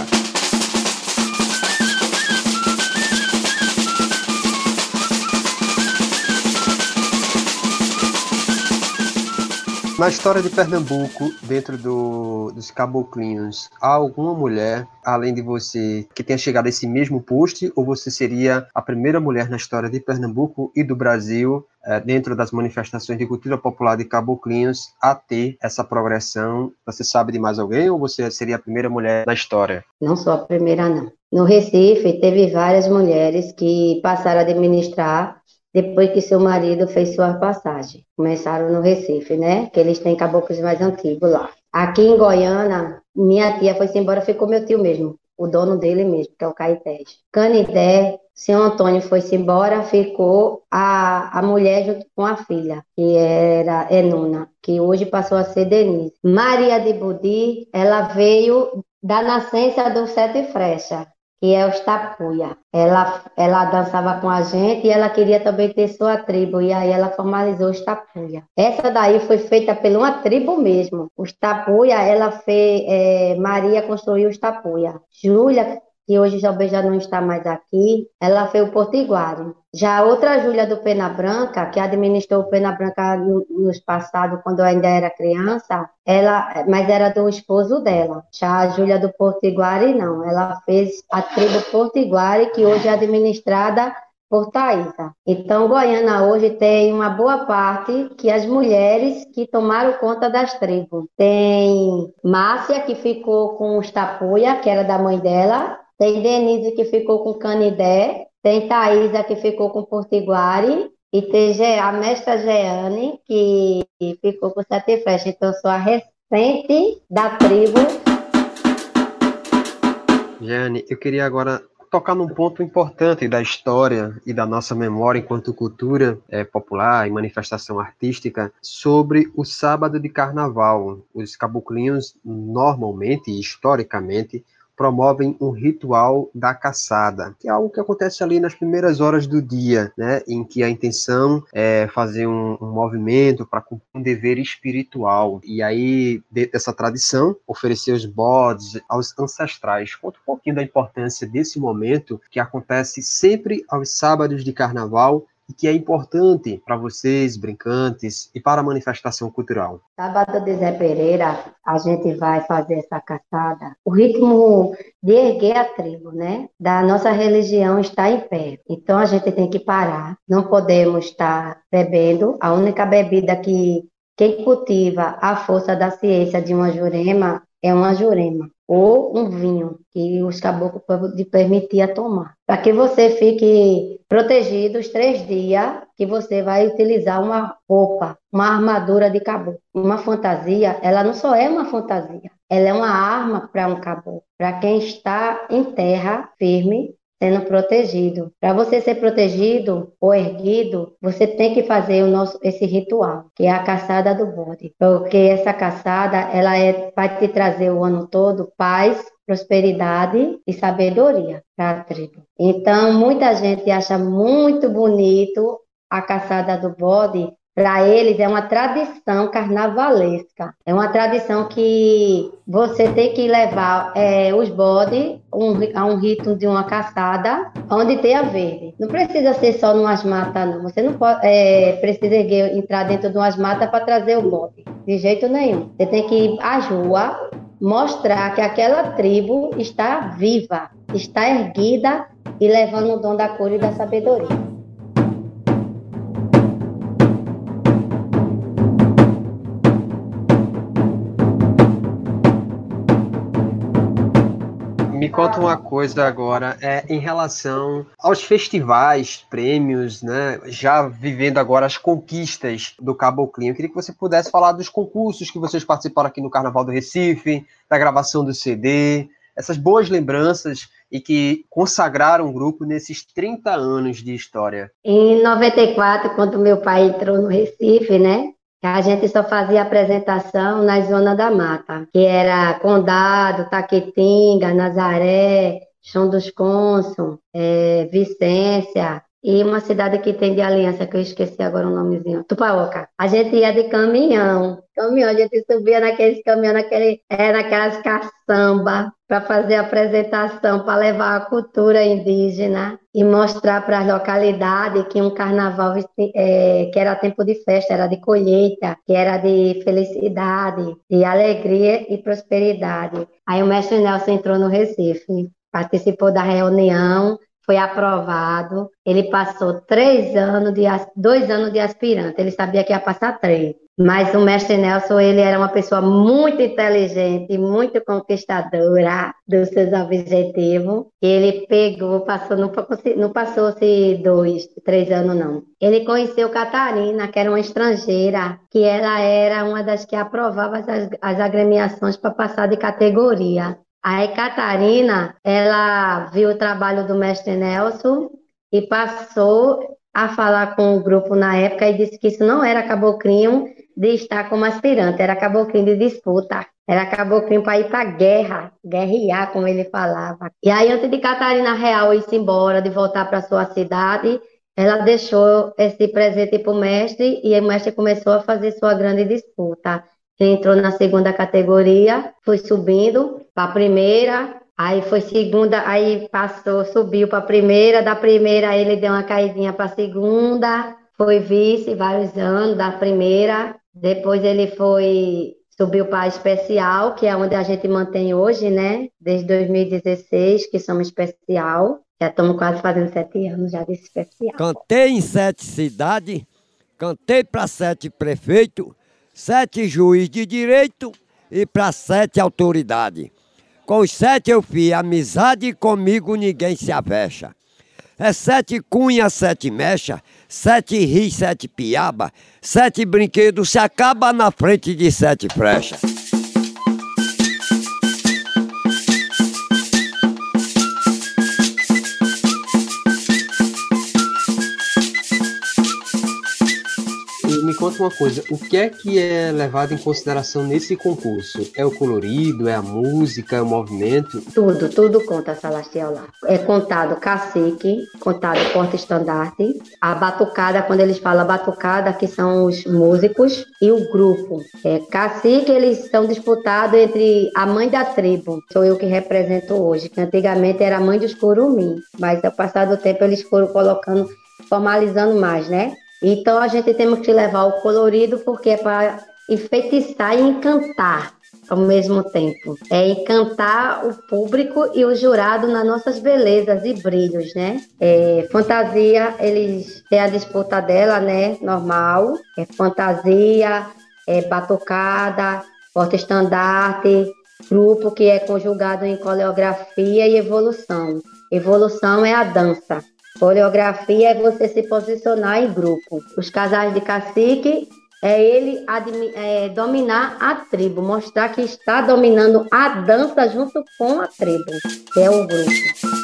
Na história de Pernambuco, dentro dos caboclinhos, há alguma mulher, além de você, que tenha chegado a esse mesmo posto, ou você seria a primeira mulher na história de Pernambuco e do Brasil, dentro das manifestações de cultura popular de caboclinhos, a ter essa progressão? Você sabe de mais alguém, ou você seria a primeira mulher na história? Não sou a primeira, não. No Recife, teve várias mulheres que passaram a administrar depois que seu marido fez sua passagem. Começaram no Recife, né? Que eles têm caboclos mais antigos lá. Aqui em Goiânia, minha tia foi-se embora, ficou meu tio mesmo, o dono dele mesmo, que é o Caetés. Canidé, seu Antônio foi-se embora, ficou a mulher junto com a filha, que era Enuna, que hoje passou a ser Denise. Maria de Budi, ela veio da nascença do Sete Flechas, que é os Tapuia. Ela dançava com a gente e ela queria também ter sua tribo, e aí ela formalizou os Tapuia. Essa daí foi feita por uma tribo mesmo. Os Tapuia, ela fez, Maria construiu os Tapuia. Júlia, que hoje já não está mais aqui, ela fez o Potiguari. Já a outra Júlia do Pena Branca, que administrou o Pena Branca nos passados, quando eu ainda era criança, mas era do esposo dela. Já a Júlia do Potiguari, não. Ela fez a tribo Potiguari, que hoje é administrada por Taísa. Então, Goiânia hoje tem uma boa parte que as mulheres que tomaram conta das tribos. Tem Márcia, que ficou com os Tapuia, que era da mãe dela. Tem Denise, que ficou com Canidé. Tem Taísa, que ficou com Portiguari. E tem a mestra Jeane, que ficou com Sete Flechas. Então, eu sou a recente da tribo. Jeane, eu queria agora tocar num ponto importante da história e da nossa memória enquanto cultura popular e manifestação artística sobre o sábado de carnaval. Os caboclinhos, normalmente e historicamente, promovem um ritual da caçada, que é algo que acontece ali nas primeiras horas do dia, né, em que a intenção é fazer um movimento para cumprir um dever espiritual. E aí, dentro dessa tradição, oferecer os bodes aos ancestrais. Conta um pouquinho da importância desse momento que acontece sempre aos sábados de carnaval e que é importante para vocês, brincantes, e para a manifestação cultural. Sábado de Zé Pereira, a gente vai fazer essa caçada. O ritmo de erguer a tribo, né, da nossa religião está em pé. Então, a gente tem que parar. Não podemos estar bebendo. A única bebida que quem cultiva a força da ciência de uma jurema é uma jurema, ou um vinho, que os caboclos permitia tomar. Para que você fique protegido os 3 dias que você vai utilizar uma roupa, uma armadura de caboclo. Uma fantasia, ela não só é uma fantasia, ela é uma arma para um caboclo, para quem está em terra firme, sendo protegido. Para você ser protegido ou erguido, você tem que fazer esse ritual, que é a caçada do bode. Porque essa caçada, vai te trazer o ano todo paz, prosperidade e sabedoria para a tribo. Então, muita gente acha muito bonito a caçada do bode. Para eles é uma tradição carnavalesca. É uma tradição que você tem que levar os bodes a um rito de uma caçada onde tem a verde. Não precisa ser só numas matas, não. Você não pode, precisa entrar dentro de umas matas para trazer o bode. De jeito nenhum. Você tem que ir à rua, mostrar que aquela tribo está viva, está erguida e levando o dom da cor e da sabedoria. Me conta uma coisa agora, em relação aos festivais, prêmios, né? Já vivendo agora as conquistas do Caboclinho. Eu queria que você pudesse falar dos concursos que vocês participaram aqui no Carnaval do Recife, da gravação do CD, essas boas lembranças e que consagraram o grupo nesses 30 anos de história. Em 94, quando meu pai entrou no Recife, né? A gente só fazia apresentação na Zona da Mata, que era Condado, Taquitinga, Nazaré, Chão dos Cônsul, Vicência, e uma cidade que tem de aliança, que eu esqueci agora o nomezinho, Tupaoca. A gente ia de caminhão, a gente subia naqueles caminhões, naquelas caçambas, para fazer apresentação, para levar a cultura indígena e mostrar para as localidades que um carnaval que era tempo de festa, era de colheita, que era de felicidade, de alegria e prosperidade. Aí o mestre Nelson entrou no Recife, participou da reunião, foi aprovado. Ele passou 2 anos de aspirante. Ele sabia que ia passar 3. Mas o mestre Nelson, ele era uma pessoa muito inteligente, muito conquistadora dos seus objetivos. Ele não passou-se 3 anos, não. Ele conheceu Catarina, que era uma estrangeira, que ela era uma das que aprovava as agremiações para passar de categoria. Aí Catarina, ela viu o trabalho do mestre Nelson e passou a falar com o grupo na época e disse que isso não era caboclinho de estar como aspirante, era caboclinho de disputa, era caboclinho para ir para guerra, guerrear, como ele falava. E aí, antes de Catarina Real ir-se embora, de voltar para sua cidade, ela deixou esse presente para o mestre e o mestre começou a fazer sua grande disputa. Ele entrou na 2ª categoria, foi subindo para a 1ª, aí foi 2ª, aí subiu para a 1ª, da 1ª ele deu uma caidinha para a 2ª, foi vice vários anos da 1ª, depois ele subiu para a especial, que é onde a gente mantém hoje, né? Desde 2016, que somos especial. Já estamos quase fazendo 7 anos já desse especial. Cantei em 7 cidades, cantei para 7 prefeitos, 7 juízes de direito e para 7 autoridades. Com os 7 eu fiz amizade e comigo ninguém se avexa. É 7 cunha, 7 mecha, 7 ri, 7 piaba, 7 brinquedos se acaba na frente de 7 flechas. Me conta uma coisa, o que é levado em consideração nesse concurso? É o colorido, é a música, é o movimento? Tudo conta, Salastiel, lá. É contado cacique, contado porta-estandarte, a batucada, quando eles falam batucada, que são os músicos, e o grupo. Cacique, eles são disputados entre a mãe da tribo, sou eu que represento hoje, que antigamente era a mãe dos curumim, mas ao passar do tempo eles foram colocando, formalizando mais, né? Então a gente tem que levar o colorido porque é para enfeitiçar e encantar ao mesmo tempo. É encantar o público e o jurado nas nossas belezas e brilhos, né? Fantasia, eles têm a disputa dela, né? Normal. Fantasia, batucada, porta-estandarte, grupo que é conjugado em coreografia e evolução. Evolução é a dança. Coreografia é você se posicionar em grupo. Os casais de cacique é ele dominar a tribo, mostrar que está dominando a dança junto com a tribo, que é o grupo.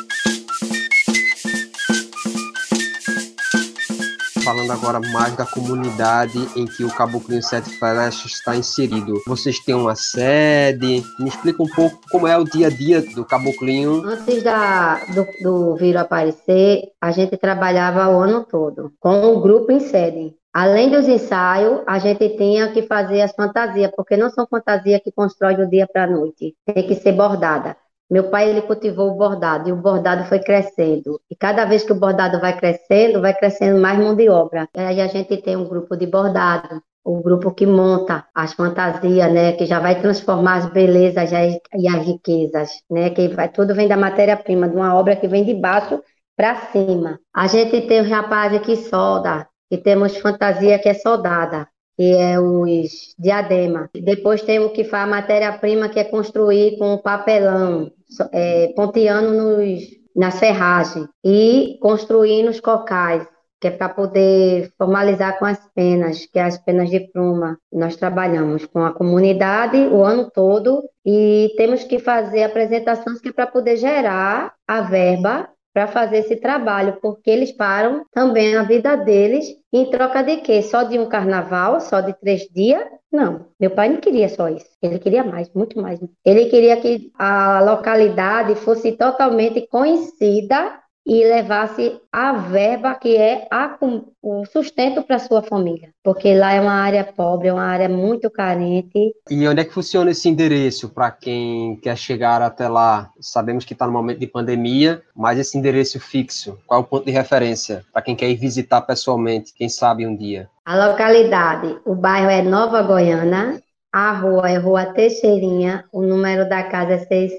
Falando agora mais da comunidade em que o Caboclinho 7 Flechas está inserido. Vocês têm uma sede? Me explica um pouco como é o dia a dia do Caboclinho. Antes do vírus aparecer, a gente trabalhava o ano todo com o grupo em sede. Além dos ensaios, a gente tinha que fazer as fantasias, porque não são fantasias que constrói do dia para a noite. Tem que ser bordada. Meu pai, ele cultivou o bordado e o bordado foi crescendo. E cada vez que o bordado vai crescendo mais mão de obra. E aí a gente tem um grupo de bordado, o grupo que monta as fantasias, né? Que já vai transformar as belezas e as riquezas, né? Tudo vem da matéria-prima, de uma obra que vem de baixo para cima. A gente tem os rapazes que solda, e temos fantasia que é soldada, que é os diadema. Depois temos que fazer a matéria-prima, que é construir com papelão, ponteando nas ferragens e construir nos cocais, que é para poder formalizar com as penas, que é as penas de pluma. Nós trabalhamos com a comunidade o ano todo e temos que fazer apresentações que é para poder gerar a verba para fazer esse trabalho, porque eles param também a vida deles em troca de quê? Só de um carnaval, só de 3 dias? Não, meu pai não queria só isso, ele queria mais, muito mais. Ele queria que a localidade fosse totalmente conhecida e levasse a verba que é o sustento para sua família, porque lá é uma área pobre, é uma área muito carente. E onde é que funciona esse endereço para quem quer chegar até lá? Sabemos que está no momento de pandemia, mas esse endereço fixo, qual é o ponto de referência para quem quer ir visitar pessoalmente, quem sabe um dia? A localidade, o bairro é Nova Goiânia, a rua é Rua Teixeirinha, o número da casa é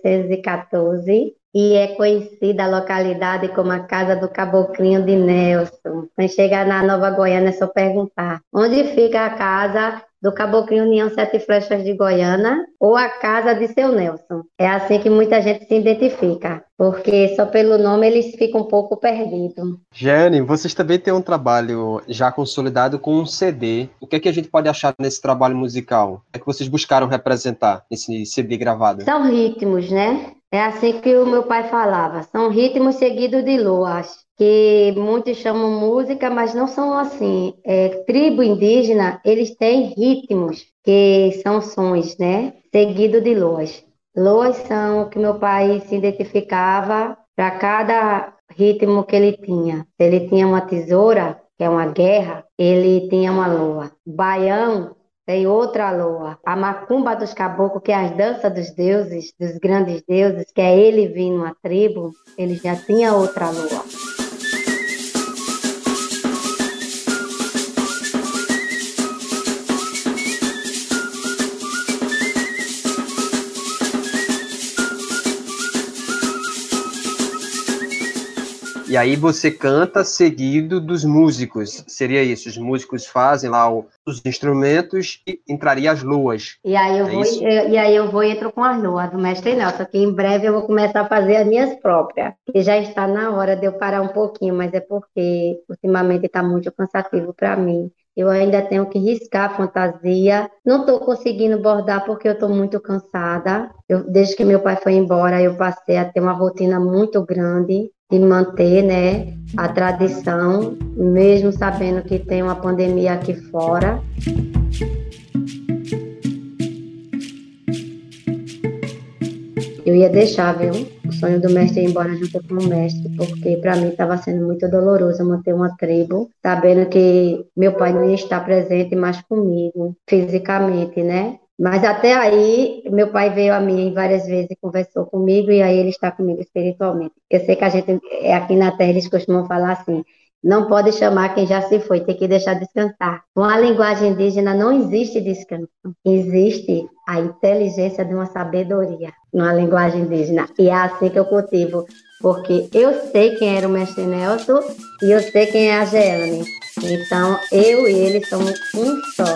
614, e é conhecida a localidade como a Casa do Caboclinho de Nelson. Quando chegar na Nova Goiânia é só perguntar onde fica a casa do Caboclinho União 7 Flechas de Goiânia ou a casa de seu Nelson. É assim que muita gente se identifica, porque só pelo nome eles ficam um pouco perdidos. Jane, vocês também têm um trabalho já consolidado com um CD. O que é que a gente pode achar nesse trabalho musical? O que é que vocês buscaram representar nesse CD gravado? São ritmos, né? É assim que o meu pai falava, são ritmos seguidos de loas, que muitos chamam música, mas não são assim. Tribo indígena, eles têm ritmos, que são sons, né? Seguido de loas. Loas são o que meu pai se identificava para cada ritmo que ele tinha. Se ele tinha uma tesoura, que é uma guerra, ele tinha uma loa. Baião tem outra loa. A macumba dos caboclos, que é as danças dos deuses, dos grandes deuses, que é ele vir numa tribo, ele já tinha outra loa. E aí você canta seguido dos músicos. Seria isso, os músicos fazem lá os instrumentos e entraria as luas. E aí eu vou e entro com as luas do mestre Nelson, que em breve eu vou começar a fazer as minhas próprias. Que já está na hora de eu parar um pouquinho, mas é porque ultimamente está muito cansativo para mim. Eu ainda tenho que riscar a fantasia. Não estou conseguindo bordar porque eu estou muito cansada. Desde que meu pai foi embora, eu passei a ter uma rotina muito grande de manter, né, a tradição, mesmo sabendo que tem uma pandemia aqui fora. Eu ia deixar, viu, o sonho do mestre ir embora junto com o mestre, porque para mim estava sendo muito doloroso manter uma tribo, sabendo que meu pai não ia estar presente mais comigo, fisicamente, né? Mas até aí, meu pai veio a mim várias vezes e conversou comigo, e aí ele está comigo espiritualmente. Eu sei que a gente, aqui na Terra, eles costumam falar assim, não pode chamar quem já se foi, tem que deixar descansar. Com a linguagem indígena não existe descanso, existe a inteligência de uma sabedoria numa linguagem indígena. E é assim que eu cultivo, porque eu sei quem era o mestre Nelson e eu sei quem é a Jeane. Então, eu e ele somos um só.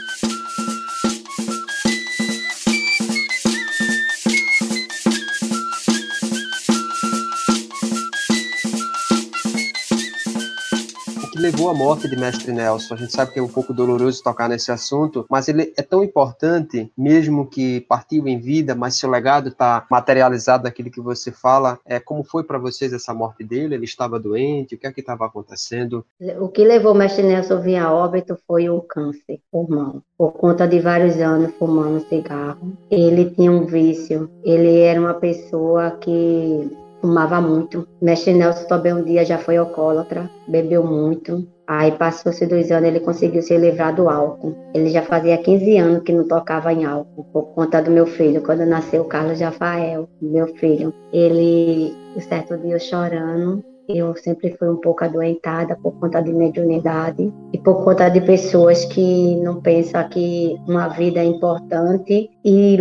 Levou à morte de Mestre Nelson. A gente sabe que é um pouco doloroso tocar nesse assunto, mas ele é tão importante, mesmo que partiu em vida, mas seu legado está materializado naquilo que você fala. Como foi para vocês essa morte dele? Ele estava doente? O que é que estava acontecendo? O que levou o Mestre Nelson a vir a óbito foi um câncer pulmão, por conta de vários anos fumando cigarro. Ele tinha um vício, ele era uma pessoa que fumava muito. Mestre Nelson também um dia já foi alcoólatra, bebeu muito. Aí passou-se 2 anos, ele conseguiu se livrar do álcool. Ele já fazia 15 anos que não tocava em álcool, por conta do meu filho. Quando nasceu o Carlos Rafael, meu filho, ele, um certo dia, chorando. Eu sempre fui um pouco adoentada por conta de mediunidade e por conta de pessoas que não pensam que uma vida é importante e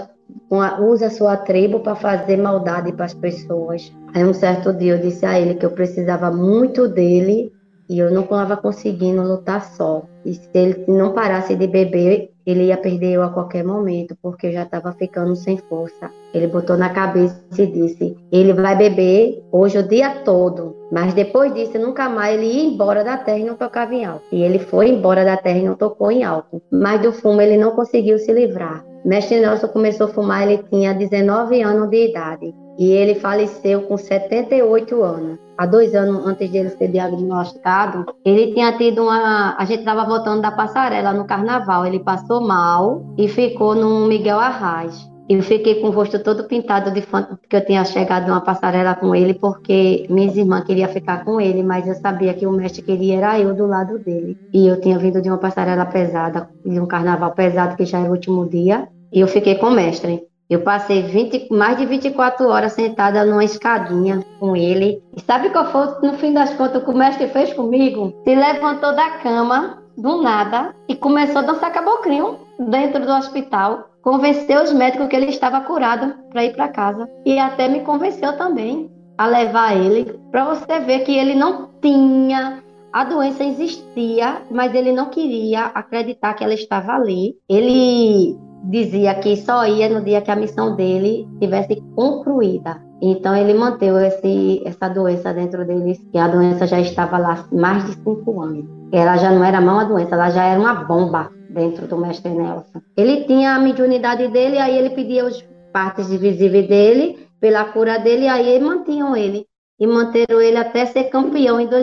usa a sua tribo para fazer maldade para as pessoas. Aí um certo dia eu disse a ele que eu precisava muito dele e eu não estava conseguindo lutar só. E se ele não parasse de beber, ele ia perder eu a qualquer momento, porque eu já estava ficando sem força. Ele botou na cabeça e disse, ele vai beber hoje o dia todo, mas depois disso nunca mais ele ia embora da terra e não tocava em álcool. E ele foi embora da terra e não tocou em álcool. Mas do fumo ele não conseguiu se livrar. Mestre Nelson começou a fumar, ele tinha 19 anos de idade. E ele faleceu com 78 anos. Há 2 anos antes dele ser diagnosticado, ele tinha tido a gente estava voltando da passarela no carnaval. Ele passou mal e ficou no Miguel Arraes. Eu fiquei com o rosto todo pintado de fantasma, porque eu tinha chegado numa passarela com ele, porque minhas irmãs queriam ficar com ele, mas eu sabia que o mestre queria era eu do lado dele. E eu tinha vindo de uma passarela pesada, de um carnaval pesado, que já era o último dia, e eu fiquei com o mestre. Eu passei mais de 24 horas sentada numa escadinha com ele. E sabe qual foi, no fim das contas, o que o mestre fez comigo? Se levantou da cama, do nada, e começou a dançar caboclinho dentro do hospital. Convenceu os médicos que ele estava curado para ir para casa. E até me convenceu também a levar ele, para você ver que ele não tinha... A doença existia, mas ele não queria acreditar que ela estava ali. Ele dizia que só ia no dia que a missão dele tivesse concluída. Então ele manteve essa doença dentro dele, que a doença já estava lá há mais de 5 anos. Ela já não era uma doença, ela já era uma bomba dentro do mestre Nelson. Ele tinha a mediunidade dele, aí ele pedia as partes invisíveis dele, pela cura dele, aí mantinham ele. E manteram ele até ser campeão em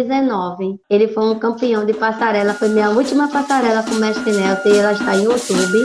2019. Ele foi um campeão de passarela, foi minha última passarela com o mestre Nelson e ela está em YouTube.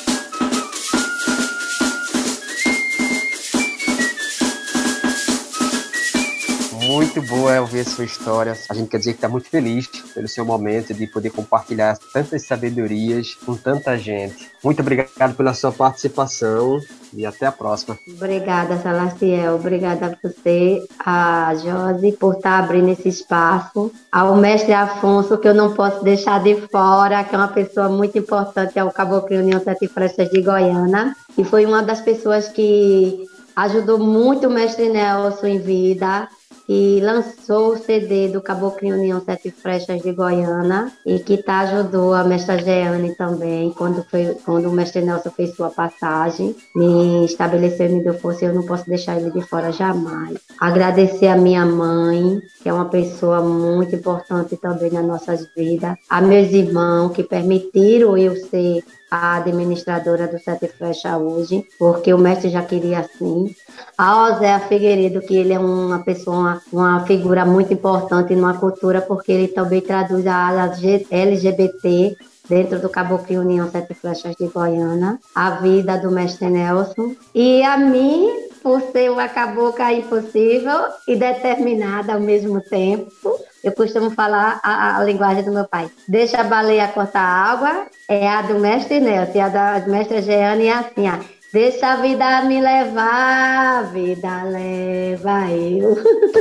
Muito boa ouvir a sua história. A gente quer dizer que está muito feliz pelo seu momento de poder compartilhar tantas sabedorias com tanta gente. Muito obrigado pela sua participação e até a próxima. Obrigada, Salastiel. Obrigada a você, a Josi, por estar abrindo esse espaço. Ao mestre Afonso, que eu não posso deixar de fora, que é uma pessoa muito importante, é o Caboclo União Sete Flechas de Goiânia. E foi uma das pessoas que ajudou muito o mestre Nelson em vida. que lançou o CD do Caboclinho União Sete Flechas de Goiânia e que ajudou a mestra Jeane também, quando o mestre Nelson fez sua passagem, me estabeleceu e me deu força, eu não posso deixar ele de fora jamais. Agradecer a minha mãe, que é uma pessoa muito importante também nas nossas vidas, a meus irmãos que permitiram eu ser a administradora do Sete Flechas hoje, porque o mestre já queria assim. A Oséia Figueiredo, que ele é uma pessoa, uma figura muito importante numa cultura, porque ele também traduz a ala LGBT dentro do Caboclinho União Sete Flechas de Goiânia, a vida do mestre Nelson, e a mim, por ser uma cabocla impossível e determinada ao mesmo tempo. Eu costumo falar a linguagem do meu pai. Deixa a baleia cortar água, é a do mestre Nelson, e a da mestra Jeane é assim, ó. Deixa a vida me levar, a vida leva eu.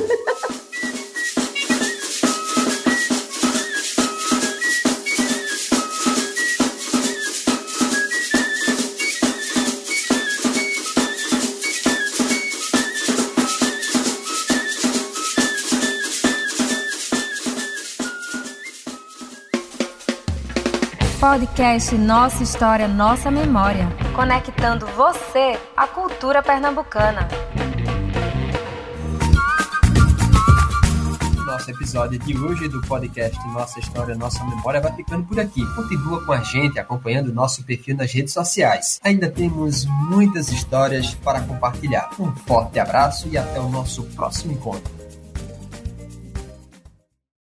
Podcast Nossa História, Nossa Memória. Conectando você à cultura pernambucana. Nosso episódio de hoje do podcast Nossa História, Nossa Memória vai ficando por aqui. Continua com a gente, acompanhando o nosso perfil nas redes sociais. Ainda temos muitas histórias para compartilhar. Um forte abraço e até o nosso próximo encontro.